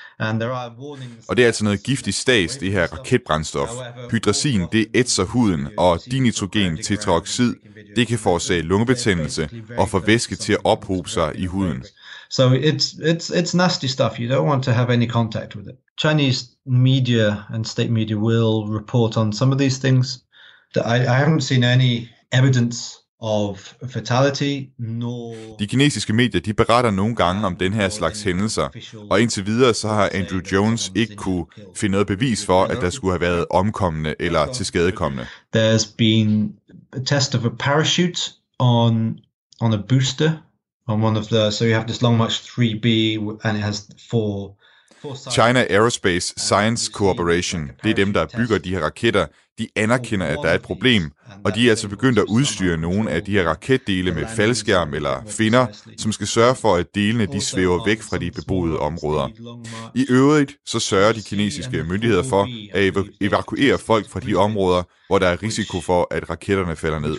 Og det er altså noget giftigt stads, det her raketbrændstof. Hydrazin, det ætser huden, og dinitrogen tetroxid, det kan forårsage lungebetændelse og få væske til at ophobe sig i huden. So it's it's it's nasty stuff. You don't want to have any contact with it. Chinese media and state media will report on some of these things. I, I haven't seen any evidence of fatality, no. De kinesiske medier, de beretter nogle gange om den her slags hændelser, og indtil videre så har Andrew Jones ikke kunne finde noget bevis for, at der skulle have været omkomne eller tilskadekomne. There's been a test of a parachute on on a booster on one of the, so you have this Long March three B and it has four China Aerospace Science Corporation, det er dem, der bygger de her raketter. De anerkender, at der er et problem, og de er altså begyndt at udstyre nogle af de her raketdele med faldskærm eller finner, som skal sørge for, at delene de svæver væk fra de beboede områder. I øvrigt så sørger de kinesiske myndigheder for at ev- evakuere folk fra de områder, hvor der er risiko for, at raketterne falder ned.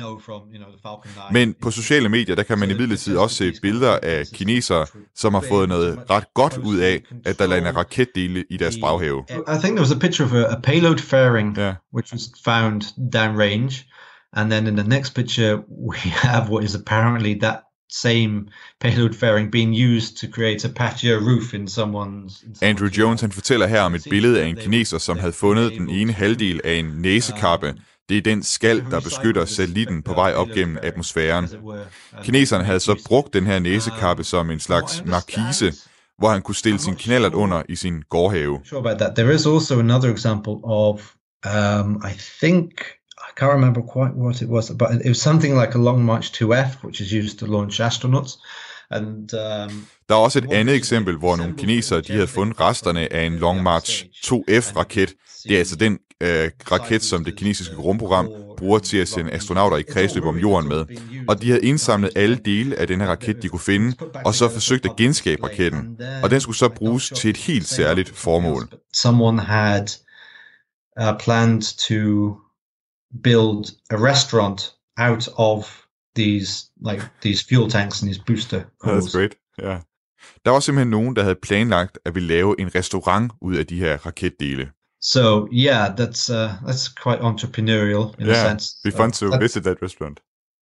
Men på sociale medier, der kan man imidlertid også se billeder af kinesere, som har fået noget ret godt ud af, at der lander raketdele i deres baghave. I think there was a picture of a, a payload fairing, yeah. which was found downrange, and then in the next picture we have what is apparently that same payload fairing being used to create a patio roof in someone's... Andrew Jones han fortæller her om et billede af en kineser, som havde fundet den ene halvdel af en næsekappe. Det er den skal, der beskytter satellitten på vej op gennem atmosfæren. Kineserne havde så brugt den her næsekappe som en slags markise, hvor han kunne stille sin knallert under i sin gårdhave. Sure about that. There is also another example of, um, I think I can't remember quite what it was, but it was something like a Long March to F, which is used to launch astronauts. And, um, der er også et andet eksempel, hvor nogle kinesere de havde fundet resterne af en Long March to F-raket. Det er altså den øh, raket, som det kinesiske rumprogram bruger til at sende astronauter i kredsløb om jorden med. Og de havde indsamlet alle dele af denne raket, de kunne finde, og så forsøgt at genskabe raketten. Og den skulle så bruges til et helt særligt formål. Someone had uh, planned to build a restaurant out of these like these fuel tanks and these booster cores. That's great. Yeah. Der var simpelthen nogen, der havde planlagt at ville lave en restaurant ud af de her raketdele. So yeah, that's uh, that's quite entrepreneurial in yeah, a sense. It'd be fun to uh, visit that restaurant.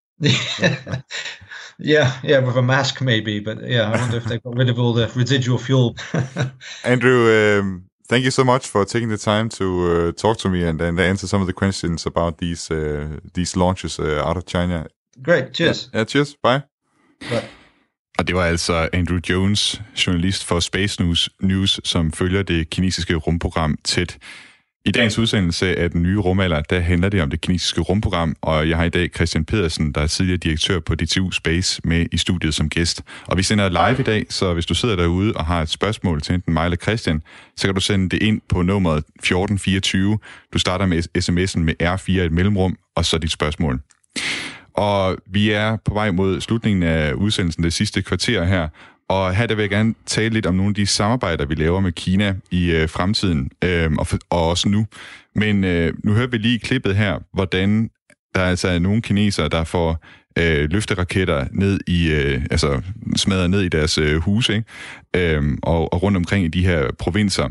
yeah, yeah, with a mask maybe, but yeah, I wonder if they got rid of all the residual fuel. Andrew, um, thank you so much for taking the time to uh, talk to me and, and answer some of the questions about these uh, these launches uh, out of China. Great, cheers. Yeah, yeah, cheers, bye. Bye. Og det var altså Andrew Jones, journalist for Space News, News, som følger det kinesiske rumprogram tæt. I dagens udsendelse af Den Nye Rumalder, der handler det om det kinesiske rumprogram, og jeg har i dag Christian Pedersen, der er tidligere direktør på D T U Space, med i studiet som gæst. Og vi sender live i dag, så hvis du sidder derude og har et spørgsmål til enten mig eller Christian, så kan du sende det ind på nummeret fjorten fireogtyve. Du starter med sms'en med R fire et mellemrum, og så dit spørgsmål. Og vi er på vej mod slutningen af udsendelsen, det sidste kvarter her, og her der vil jeg gerne tale lidt om nogle af de samarbejder, vi laver med Kina i øh, fremtiden, øh, og, og også nu. Men øh, nu hører vi lige klippet her, hvordan der altså er nogle kinesere, der får øh, løfteraketter ned i, øh, altså smadret ned i deres øh, huse, ikke? Øh, og, og rundt omkring i de her provinser.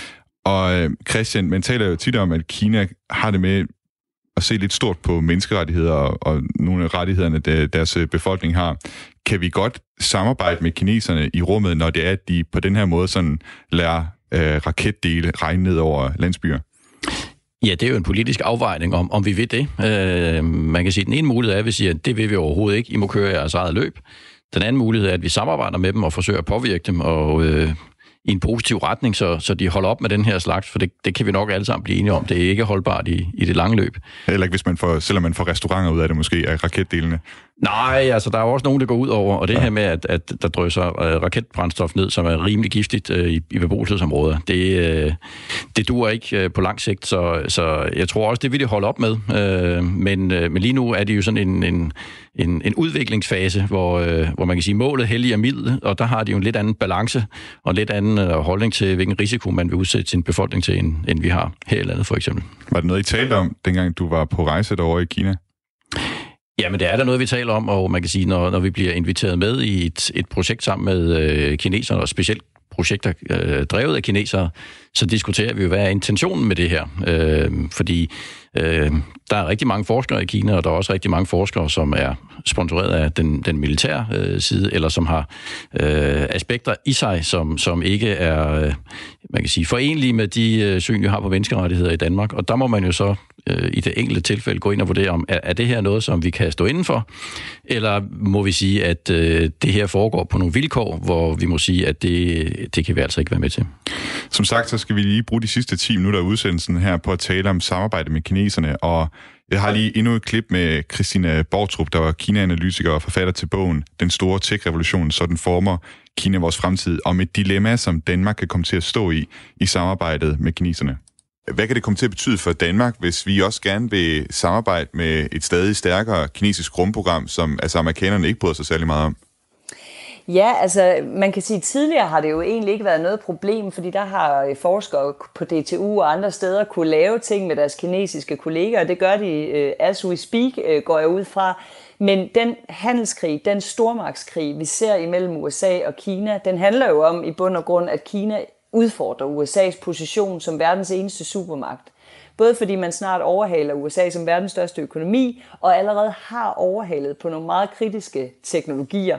Og øh, Christian, man taler jo tit om, at Kina har det med at se lidt stort på menneskerettigheder og, og nogle af rettighederne, der deres befolkning har. Kan vi godt samarbejde med kineserne i rummet, når det er, at de på den her måde sådan lader øh, raketdele regne ned over landsbyer? Ja, det er jo en politisk afvejning om, om vi vil det. Øh, man kan sige, at den ene mulighed er, at vi siger, at det vil vi overhovedet ikke. I må køre jeres eget løb. Den anden mulighed er, at vi samarbejder med dem og forsøger at påvirke dem og øh, i en positiv retning, så, så de holder op med den her slags, for det, det kan vi nok alle sammen blive enige om. Det er ikke holdbart i, i det lange løb. Heller ikke, hvis man får, selvom man får restauranter ud af det måske, af raketdelene. Nej, altså der er også nogen, der går ud over, og det ja. her med, at, at der drøser øh, raketbrændstof ned, som er rimelig giftigt øh, i, i beboelsesområder, det, øh, det duer ikke øh, på lang sigt, så, så jeg tror også, det vil de holde op med. Øh, men, øh, men lige nu er det jo sådan en, en, en, en udviklingsfase, hvor, øh, hvor man kan sige, målet helliger middel, og der har de jo en lidt anden balance, og en lidt anden øh, holdning til, hvilken risiko man vil udsætte sin befolkning til, end, end vi har her i landet for eksempel. Var det noget, I talte om, dengang du var på rejse derovre i Kina? Jamen, det er der noget, vi taler om, og man kan sige, når, når vi bliver inviteret med i et, et projekt sammen med øh, kineserne, og specielt projekter øh, drevet af kinesere, så diskuterer vi jo, hvad er intentionen med det her. Øh, fordi øh, der er rigtig mange forskere i Kina, og der er også rigtig mange forskere, som er sponsoreret af den, den militære øh, side, eller som har øh, aspekter i sig, som, som ikke er, øh, man kan sige, forenlige med de øh, syn, vi har på menneskerettigheder i Danmark. Og der må man jo så øh, i det enkelte tilfælde gå ind og vurdere, om er, er det her noget, som vi kan stå indenfor, eller må vi sige, at øh, det her foregår på nogle vilkår, hvor vi må sige, at det, det kan vi altså ikke være med til. Som sagt, så skal vi lige bruge de sidste ti minutter af udsendelsen her på at tale om samarbejde med kineserne, og jeg har lige endnu et klip med Christina Bortrup, der var Kina-analytiker og forfatter til bogen Den Store Tech-revolution, så den former Kina vores fremtid, om et dilemma, som Danmark kan komme til at stå i, i samarbejdet med kineserne. Hvad kan det komme til at betyde for Danmark, hvis vi også gerne vil samarbejde med et stadig stærkere kinesisk rumprogram, som altså amerikanerne ikke bryder sig særlig meget om? Ja, altså man kan sige, at tidligere har det jo egentlig ikke været noget problem, fordi der har forskere på D T U og andre steder kunne lave ting med deres kinesiske kolleger, og det gør de uh, as we speak, uh, går jeg ud fra. Men den handelskrig, den stormagtskrig, vi ser imellem U S A og Kina, den handler jo om i bund og grund, at Kina udfordrer U S A's position som verdens eneste supermagt. Både fordi man snart overhaler U S A som verdens største økonomi, og allerede har overhalet på nogle meget kritiske teknologier.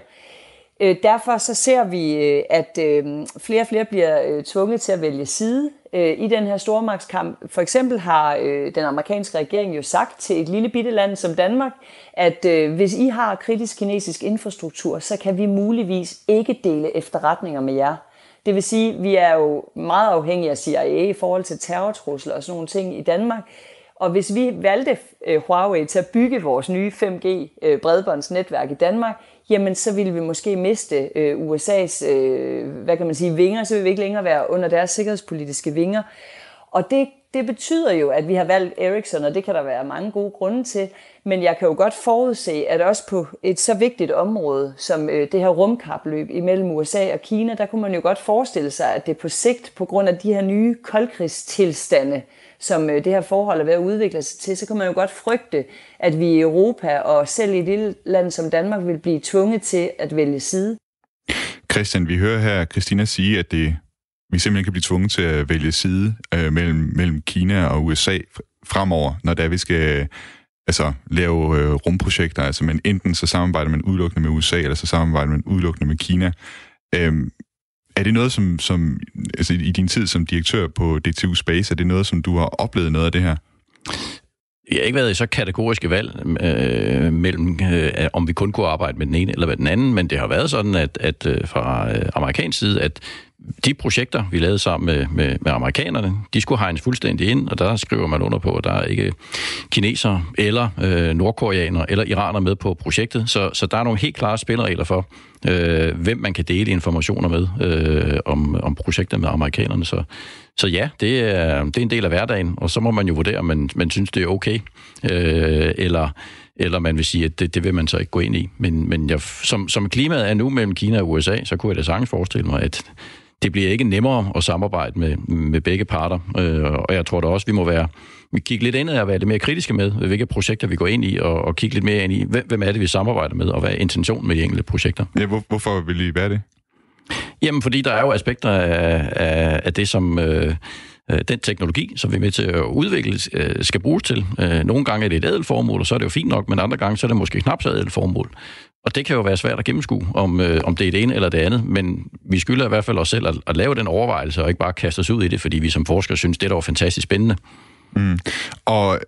Derfor så ser vi, at flere og flere bliver tvunget til at vælge side i den her stormagtskamp. For eksempel har den amerikanske regering jo sagt til et lille bitte land som Danmark, at hvis I har kritisk kinesisk infrastruktur, så kan vi muligvis ikke dele efterretninger med jer. Det vil sige, at vi er jo meget afhængige af C I A i forhold til terrortrusler og sådan nogle ting i Danmark. Og hvis vi valgte øh, Huawei til at bygge vores nye fem G øh, bredbåndsnetværk i Danmark, jamen så ville vi måske miste øh, U S A's, øh, hvad kan man sige, vinger, så ville vi ikke længere være under deres sikkerhedspolitiske vinger. Og det, det betyder jo, at vi har valgt Ericsson, og det kan der være mange gode grunde til, men jeg kan jo godt forudse, at også på et så vigtigt område som øh, det her rumkapløb imellem U S A og Kina, der kunne man jo godt forestille sig, at det på sigt, på grund af de her nye koldkrigstilstande, som det her forhold er ved at udvikle sig til, så kan man jo godt frygte, at vi i Europa og selv i et lille land som Danmark vil blive tvunget til at vælge side. Christian, vi hører her Christina sige, at det, vi simpelthen kan blive tvunget til at vælge side øh, mellem, mellem Kina og U S A fremover, når der vi skal altså, lave øh, rumprojekter. Altså, men enten så samarbejder man udelukkende med U S A, eller så samarbejder man udelukkende med Kina. Øhm, Er det noget, som, som altså i din tid som direktør på D T U Space, er det noget, som du har oplevet noget af det her? Jeg har ikke været i så kategoriske valg øh, mellem, øh, om vi kun kunne arbejde med den ene eller med den anden, men det har været sådan, at, at øh, fra øh, amerikansk side, at de projekter, vi lavede sammen med, med, med amerikanerne, de skulle hegnes fuldstændig ind, og der skriver man under på, at der er ikke kinesere eller øh, nordkoreanere eller iranere med på projektet, så, så der er nogle helt klare spilleregler for, øh, hvem man kan dele informationer med øh, om, om projekter med amerikanerne. Så, så ja, det er, det er en del af hverdagen, og så må man jo vurdere, om man, man synes, det er okay, øh, eller eller man vil sige, at det, det vil man så ikke gå ind i. Men, men jeg, som, som klimaet er nu mellem Kina og U S A, så kunne jeg da sagtens forestille mig, at det bliver ikke nemmere at samarbejde med, med begge parter. Øh, og jeg tror da også, vi må være, vi kigge lidt ind og være lidt mere kritiske med, hvilke projekter vi går ind i, og, og kigge lidt mere ind i, hvem er det, vi samarbejder med, og hvad er intentionen med de enkelte projekter. Ja, hvor, hvorfor vil I være det? Jamen, fordi der er jo aspekter af, af, af det, som øh, den teknologi, som vi er med til at udvikle, øh, skal bruges til. Øh, nogle gange er det et ædelformål, og så er det jo fint nok, men andre gange så er det måske knap så ædelformål. Og det kan jo være svært at gennemskue, om, øh, om det er det ene eller det andet, men vi skylder i hvert fald os selv at, at lave den overvejelse, og ikke bare kaste os ud i det, fordi vi som forskere synes, det er dog fantastisk spændende. Mm. Og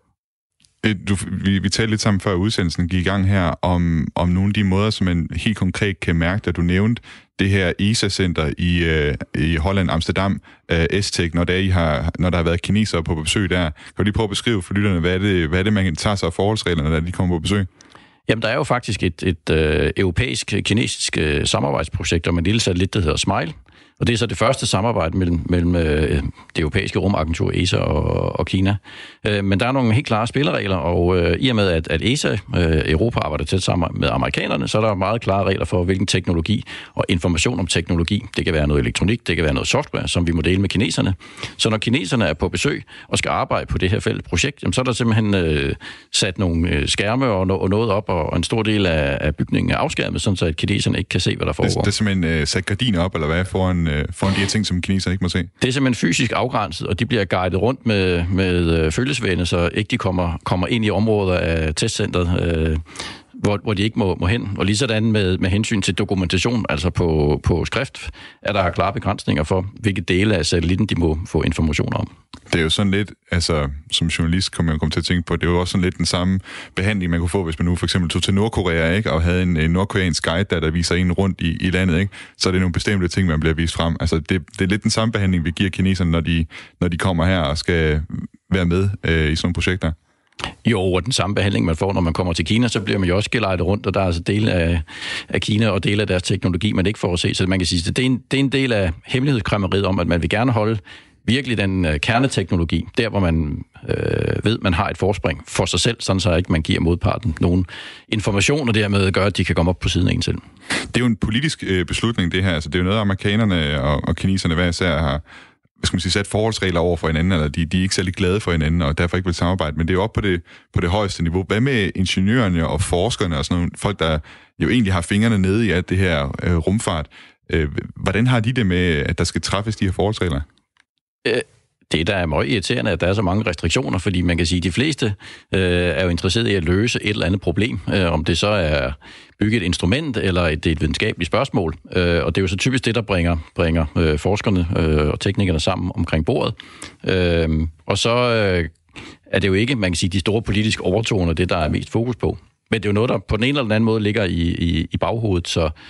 du, vi, vi talte lidt sammen før udsendelsen gik i gang her, om, om nogle af de måder, som man helt konkret kan mærke, da du nævnte det her E S A-center i, øh, i Holland, Amsterdam, øh, S T E C, når, der, I har, når der har været kinesere på besøg der. Kan du lige prøve at beskrive for lytterne, hvad er det, hvad er det man tager sig af forholdsreglerne, når de kommer på besøg? Jamen, der er jo faktisk et, et øh, europæisk-kinesisk øh, samarbejdsprojekt om en lille satellit, der hedder SMILE. Og det er så det første samarbejde mellem, mellem øh, det europæiske rumagentur E S A og, og Kina. Øh, men der er nogle helt klare spilleregler, og øh, i og med, at, at E S A, øh, Europa, arbejder tæt sammen med amerikanerne, så er der meget klare regler for, hvilken teknologi og information om teknologi. Det kan være noget elektronik, det kan være noget software, som vi må dele med kineserne. Så når kineserne er på besøg og skal arbejde på det her fælles projekt, jamen, så er der simpelthen øh, sat nogle øh, skærme og, no- og noget op, og en stor del af, af bygningen er afskærmet, sådan så at kineserne ikke kan se, hvad der foregår. Det, det er simpelthen øh, sat gardiner op, eller hvad, foran foran de her ting, som kinesere ikke må se? Det er simpelthen fysisk afgrænset, og de bliver guidet rundt med, med følgesvende, så ikke de kommer, kommer ind i områder af testcentret, øh, hvor, hvor de ikke må, må hen. Og lige sådan med, med hensyn til dokumentation, altså på, på skrift, er der klare begrænsninger for, hvilke dele af satellitten de må få information om. Det er jo sådan lidt, altså som journalist kommer man komme til at tænke på, det er jo også sådan lidt den samme behandling, man kunne få, hvis man nu for eksempel tog til Nordkorea, ikke, og havde en, en nordkoreansk guide, der, der viser en rundt i, i landet, ikke, så er det nogle bestemte ting, man bliver vist frem. Altså det, det er lidt den samme behandling, vi giver kineserne, når de, når de kommer her og skal være med øh, i sådan nogle projekter. Jo, og den samme behandling, man får, når man kommer til Kina, så bliver man jo også gelejtet rundt, og der er altså dele af, af Kina og dele af deres teknologi, man ikke får at se. Så man kan sige, at det er en, det er en del af hemmelighedskræmmeriet om, at man vil gerne holde virkelig den uh, kerneteknologi, der hvor man øh, ved, man har et forspring for sig selv, sådan så ikke man giver modparten nogen information, og dermed gør, at de kan komme op på siden af en selv. Det er jo en politisk øh, beslutning, det her. Altså, det er jo noget, amerikanerne og, og kineserne hver især har hvad skal man sige, sat forholdsregler over for hinanden, eller de, de er ikke særlig glade for hinanden, og derfor ikke vil samarbejde, men det er jo op på det, på det højeste niveau. Hvad med ingeniørerne og forskerne og sådan nogle folk, der jo egentlig har fingrene nede i alt det her øh, rumfart? Øh, hvordan har de det med, at der skal træffes de her forholdsregler? Øh. Det, der er meget irriterende, at der er så mange restriktioner, fordi man kan sige, at de fleste øh, er jo interesseret i at løse et eller andet problem, øh, om det så er bygge et instrument eller et, et videnskabeligt spørgsmål. Øh, og det er jo så typisk det, der bringer, bringer øh, forskerne øh, og teknikerne sammen omkring bordet. Øh, og så øh, er det jo ikke, man kan sige, de store politiske overtoner, det der er mest fokus på. Men det er jo noget, der på den ene eller den anden måde ligger i, i, i baghovedet, så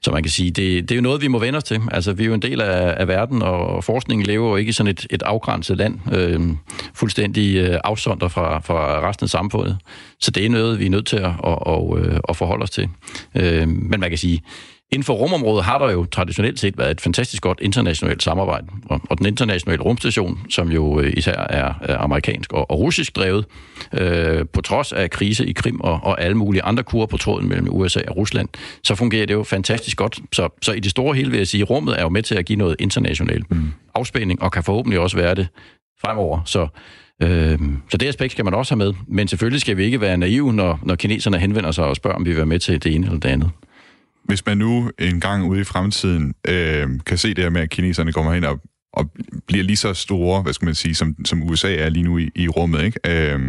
Så man kan sige, det, det er jo noget, vi må vende os til. Altså, vi er jo en del af, af verden, og forskningen lever jo ikke i sådan et, et afgrænset land, øh, fuldstændig øh, afsondret fra, fra resten af samfundet. Så det er noget, vi er nødt til at, at, at, at forholde os til. Øh, men man kan sige, inden for rumområdet har der jo traditionelt set været et fantastisk godt internationalt samarbejde. Og, og den internationale rumstation, som jo især er, er amerikansk og, og russisk drevet, øh, på trods af krise i Krim og, og alle mulige andre kurrer på tråden mellem U S A og Rusland, så fungerer det jo fantastisk godt. Så, så i det store hele vil jeg sige, rummet er jo med til at give noget international mm. afspænding, og kan forhåbentlig også være det fremover. Så Øh, så det aspekt skal man også have med. Men selvfølgelig skal vi ikke være naive, når, når kineserne henvender sig og spørger, om vi vil være med til det ene eller det andet. Hvis man nu en gang ude i fremtiden øh, kan se det her med, at kineserne kommer hen og, og bliver lige så store, hvad skal man sige, som, som U S A er lige nu i, i rummet, ikke? Øh,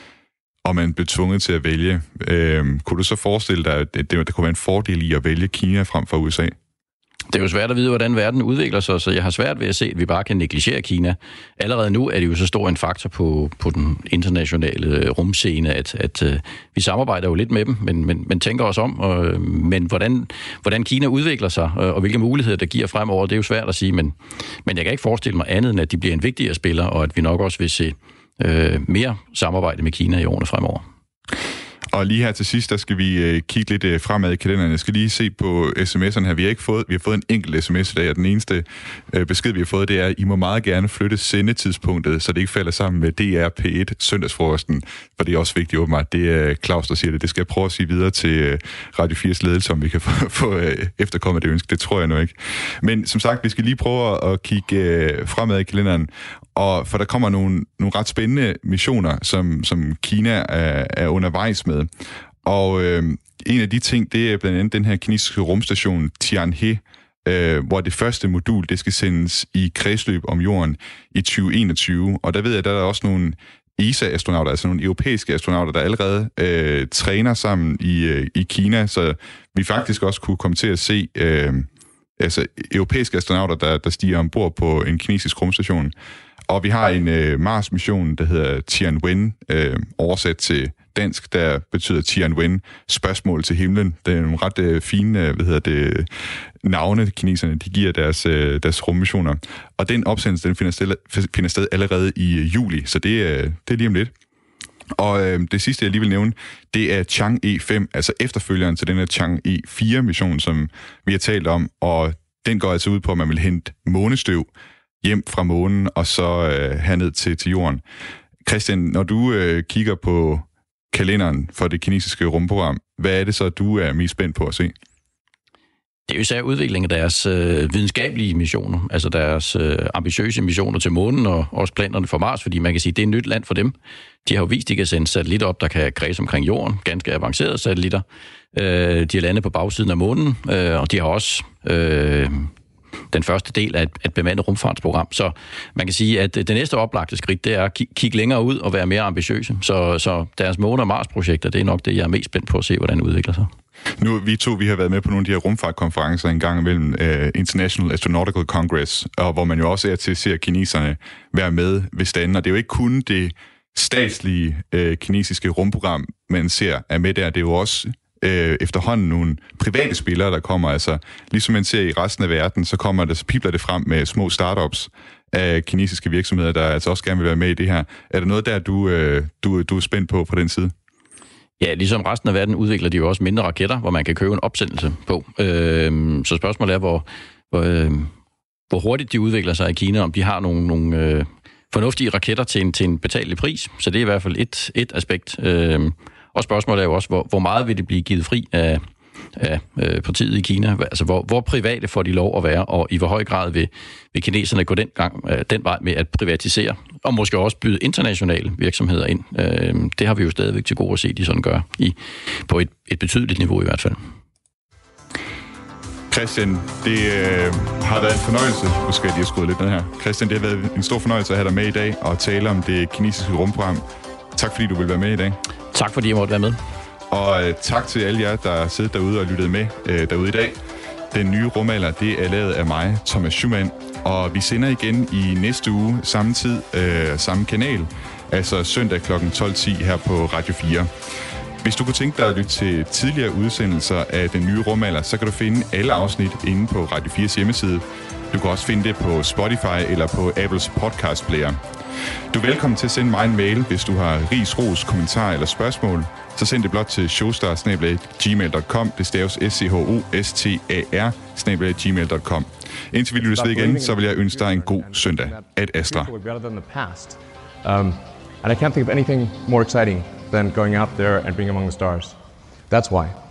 og man bliver tvunget til at vælge, øh, kunne du så forestille dig, at det, der kunne være en fordel i at vælge Kina frem for U S A? Det er jo svært at vide, hvordan verden udvikler sig, så jeg har svært ved at se, at vi bare kan negligere Kina. Allerede nu er det jo så stor en faktor på, på den internationale rumscene, at, at uh, vi samarbejder jo lidt med dem, men, men, men tænker os om. Og, men hvordan, hvordan Kina udvikler sig, og hvilke muligheder det giver fremover, det er jo svært at sige, men, men jeg kan ikke forestille mig andet, end at de bliver en vigtigere spiller, og at vi nok også vil se uh, mere samarbejde med Kina i årene fremover. Og lige her til sidst, der skal vi øh, kigge lidt øh, fremad i kalenderen. Jeg skal lige se på sms'erne her. Vi har ikke fået, vi har fået en enkelt sms i dag, og den eneste øh, besked, vi har fået, det er, at I må meget gerne flytte sendetidspunktet, så det ikke falder sammen med D R P et søndagsfrokosten, for det er også vigtigt åbenbart. Det er Claus, der siger det. Det skal jeg prøve at sige videre til øh, Radio fires ledelse, om vi kan få, få øh, efterkommet det ønske. Det tror jeg nu ikke. Men som sagt, vi skal lige prøve at kigge øh, fremad i kalenderen, og for der kommer nogle, nogle ret spændende missioner, som, som Kina er, er undervejs med. Og øh, en af de ting, det er blandt andet den her kinesiske rumstation Tianhe, øh, hvor det første modul, det skal sendes i kredsløb om jorden i tyve enogtyve. Og der ved jeg, der er også nogle E S A-astronauter, altså nogle europæiske astronauter, der allerede øh, træner sammen i, øh, i Kina, så vi faktisk også kunne komme til at se øh, altså, europæiske astronauter, der, der stiger ombord på en kinesisk rumstation. Og vi har en øh, Mars-mission, der hedder Tianwen, øh, oversat til dansk, der betyder Tianwen, spørgsmål til himlen. Det er nogle ret øh, fine, hvad hedder det, navne, kineserne, de giver deres, øh, deres rummissioner. Og den opsendelse, den finder sted, finder sted allerede i øh, juli, så det, øh, det er lige om lidt. Og øh, det sidste, jeg lige vil nævne, det er Chang'e fem, altså efterfølgeren til den her Chang'e fire mission, som vi har talt om, og den går altså ud på, at man vil hente månestøv hjem fra månen, og så øh, herned til, til jorden. Christian, når du øh, kigger på kalenderen for det kinesiske rumprogram, hvad er det så, du er mest spændt på at se? Det er jo især udviklingen af deres øh, videnskabelige missioner, altså deres øh, ambitiøse missioner til månen, og også planerne for Mars, fordi man kan sige, at det er et nyt land for dem. De har jo vist, at de kan sende satellitter op, der kan kredse omkring jorden, ganske avancerede satellitter. Øh, de har landet på bagsiden af månen, øh, og de har også øh, den første del af et, et bemandet rumfartsprogram. Så man kan sige, at det næste oplagte skridt, det er at kigge længere ud og være mere ambitiøse. Så, så deres måne- og Mars-projekter, det er nok det, jeg er mest spændt på at se, hvordan det udvikler sig. Nu, vi to, vi har været med på nogle af de her rumfartkonferencer en gang imellem uh, International Astronautical Congress, og hvor man jo også er til at se kineserne være med ved standen. Og det er jo ikke kun det statslige uh, kinesiske rumprogram, man ser er med der. Det er jo også uh, efterhånden nogle private spillere, der kommer. Altså, ligesom man ser i resten af verden, så kommer det, så pibler det frem med små startups af kinesiske virksomheder, der altså også gerne vil være med i det her. Er der noget der, du, uh, du, du er spændt på på den side? Ja, ligesom resten af verden udvikler de jo også mindre raketter, hvor man kan købe en opsendelse på. Øh, så spørgsmålet er, hvor, hvor, øh, hvor hurtigt de udvikler sig i Kina, om de har nogle, nogle øh, fornuftige raketter til en, til en betalelig pris. Så det er i hvert fald et, et aspekt. Øh, og spørgsmålet er jo også, hvor, hvor meget vil det blive givet fri af, af øh, partiet i Kina? Altså, hvor, hvor private får de lov at være, og i hvor høj grad vil, vil kineserne gå den, gang, øh, den vej med at privatisere, og måske også byde internationale virksomheder ind. Øh, det har vi jo stadigvæk til gode at se, de sådan gør, i, på et, et betydeligt niveau i hvert fald. Christian, det øh, har været en fornøjelse. Nu skal jeg lige have skruet lidt ned her. Christian, det har været en stor fornøjelse at have dig med i dag og tale om det kinesiske rumprogram. Tak fordi du vil være med i dag. Tak fordi jeg måtte være med. Og øh, tak til alle jer, der sidder derude og lyttede med øh, derude i dag. Den nye rumalder, det er lavet af mig, Thomas Schumann. Og vi sender igen i næste uge, samme tid, øh, samme kanal. Altså søndag klokken tolv ti her på Radio fire. Hvis du kunne tænke dig at lytte til tidligere udsendelser af Den Nye Rumalder, så kan du finde alle afsnit inde på Radio fires hjemmeside. Du kan også finde det på Spotify eller på Apples podcast player. Du er velkommen til at sende mig en mail, hvis du har ris, ros, kommentar eller spørgsmål. Så send det blot til showstar snabel-a gmail punktum com. Det staves S C H O S T A R snabel-a gmail punktum com. Indtil vi lyttes ved igen, så vil jeg ønske dig en god søndag. Ad Astra. Um, and I can't think of anything more exciting than going out there and being among the stars. That's why.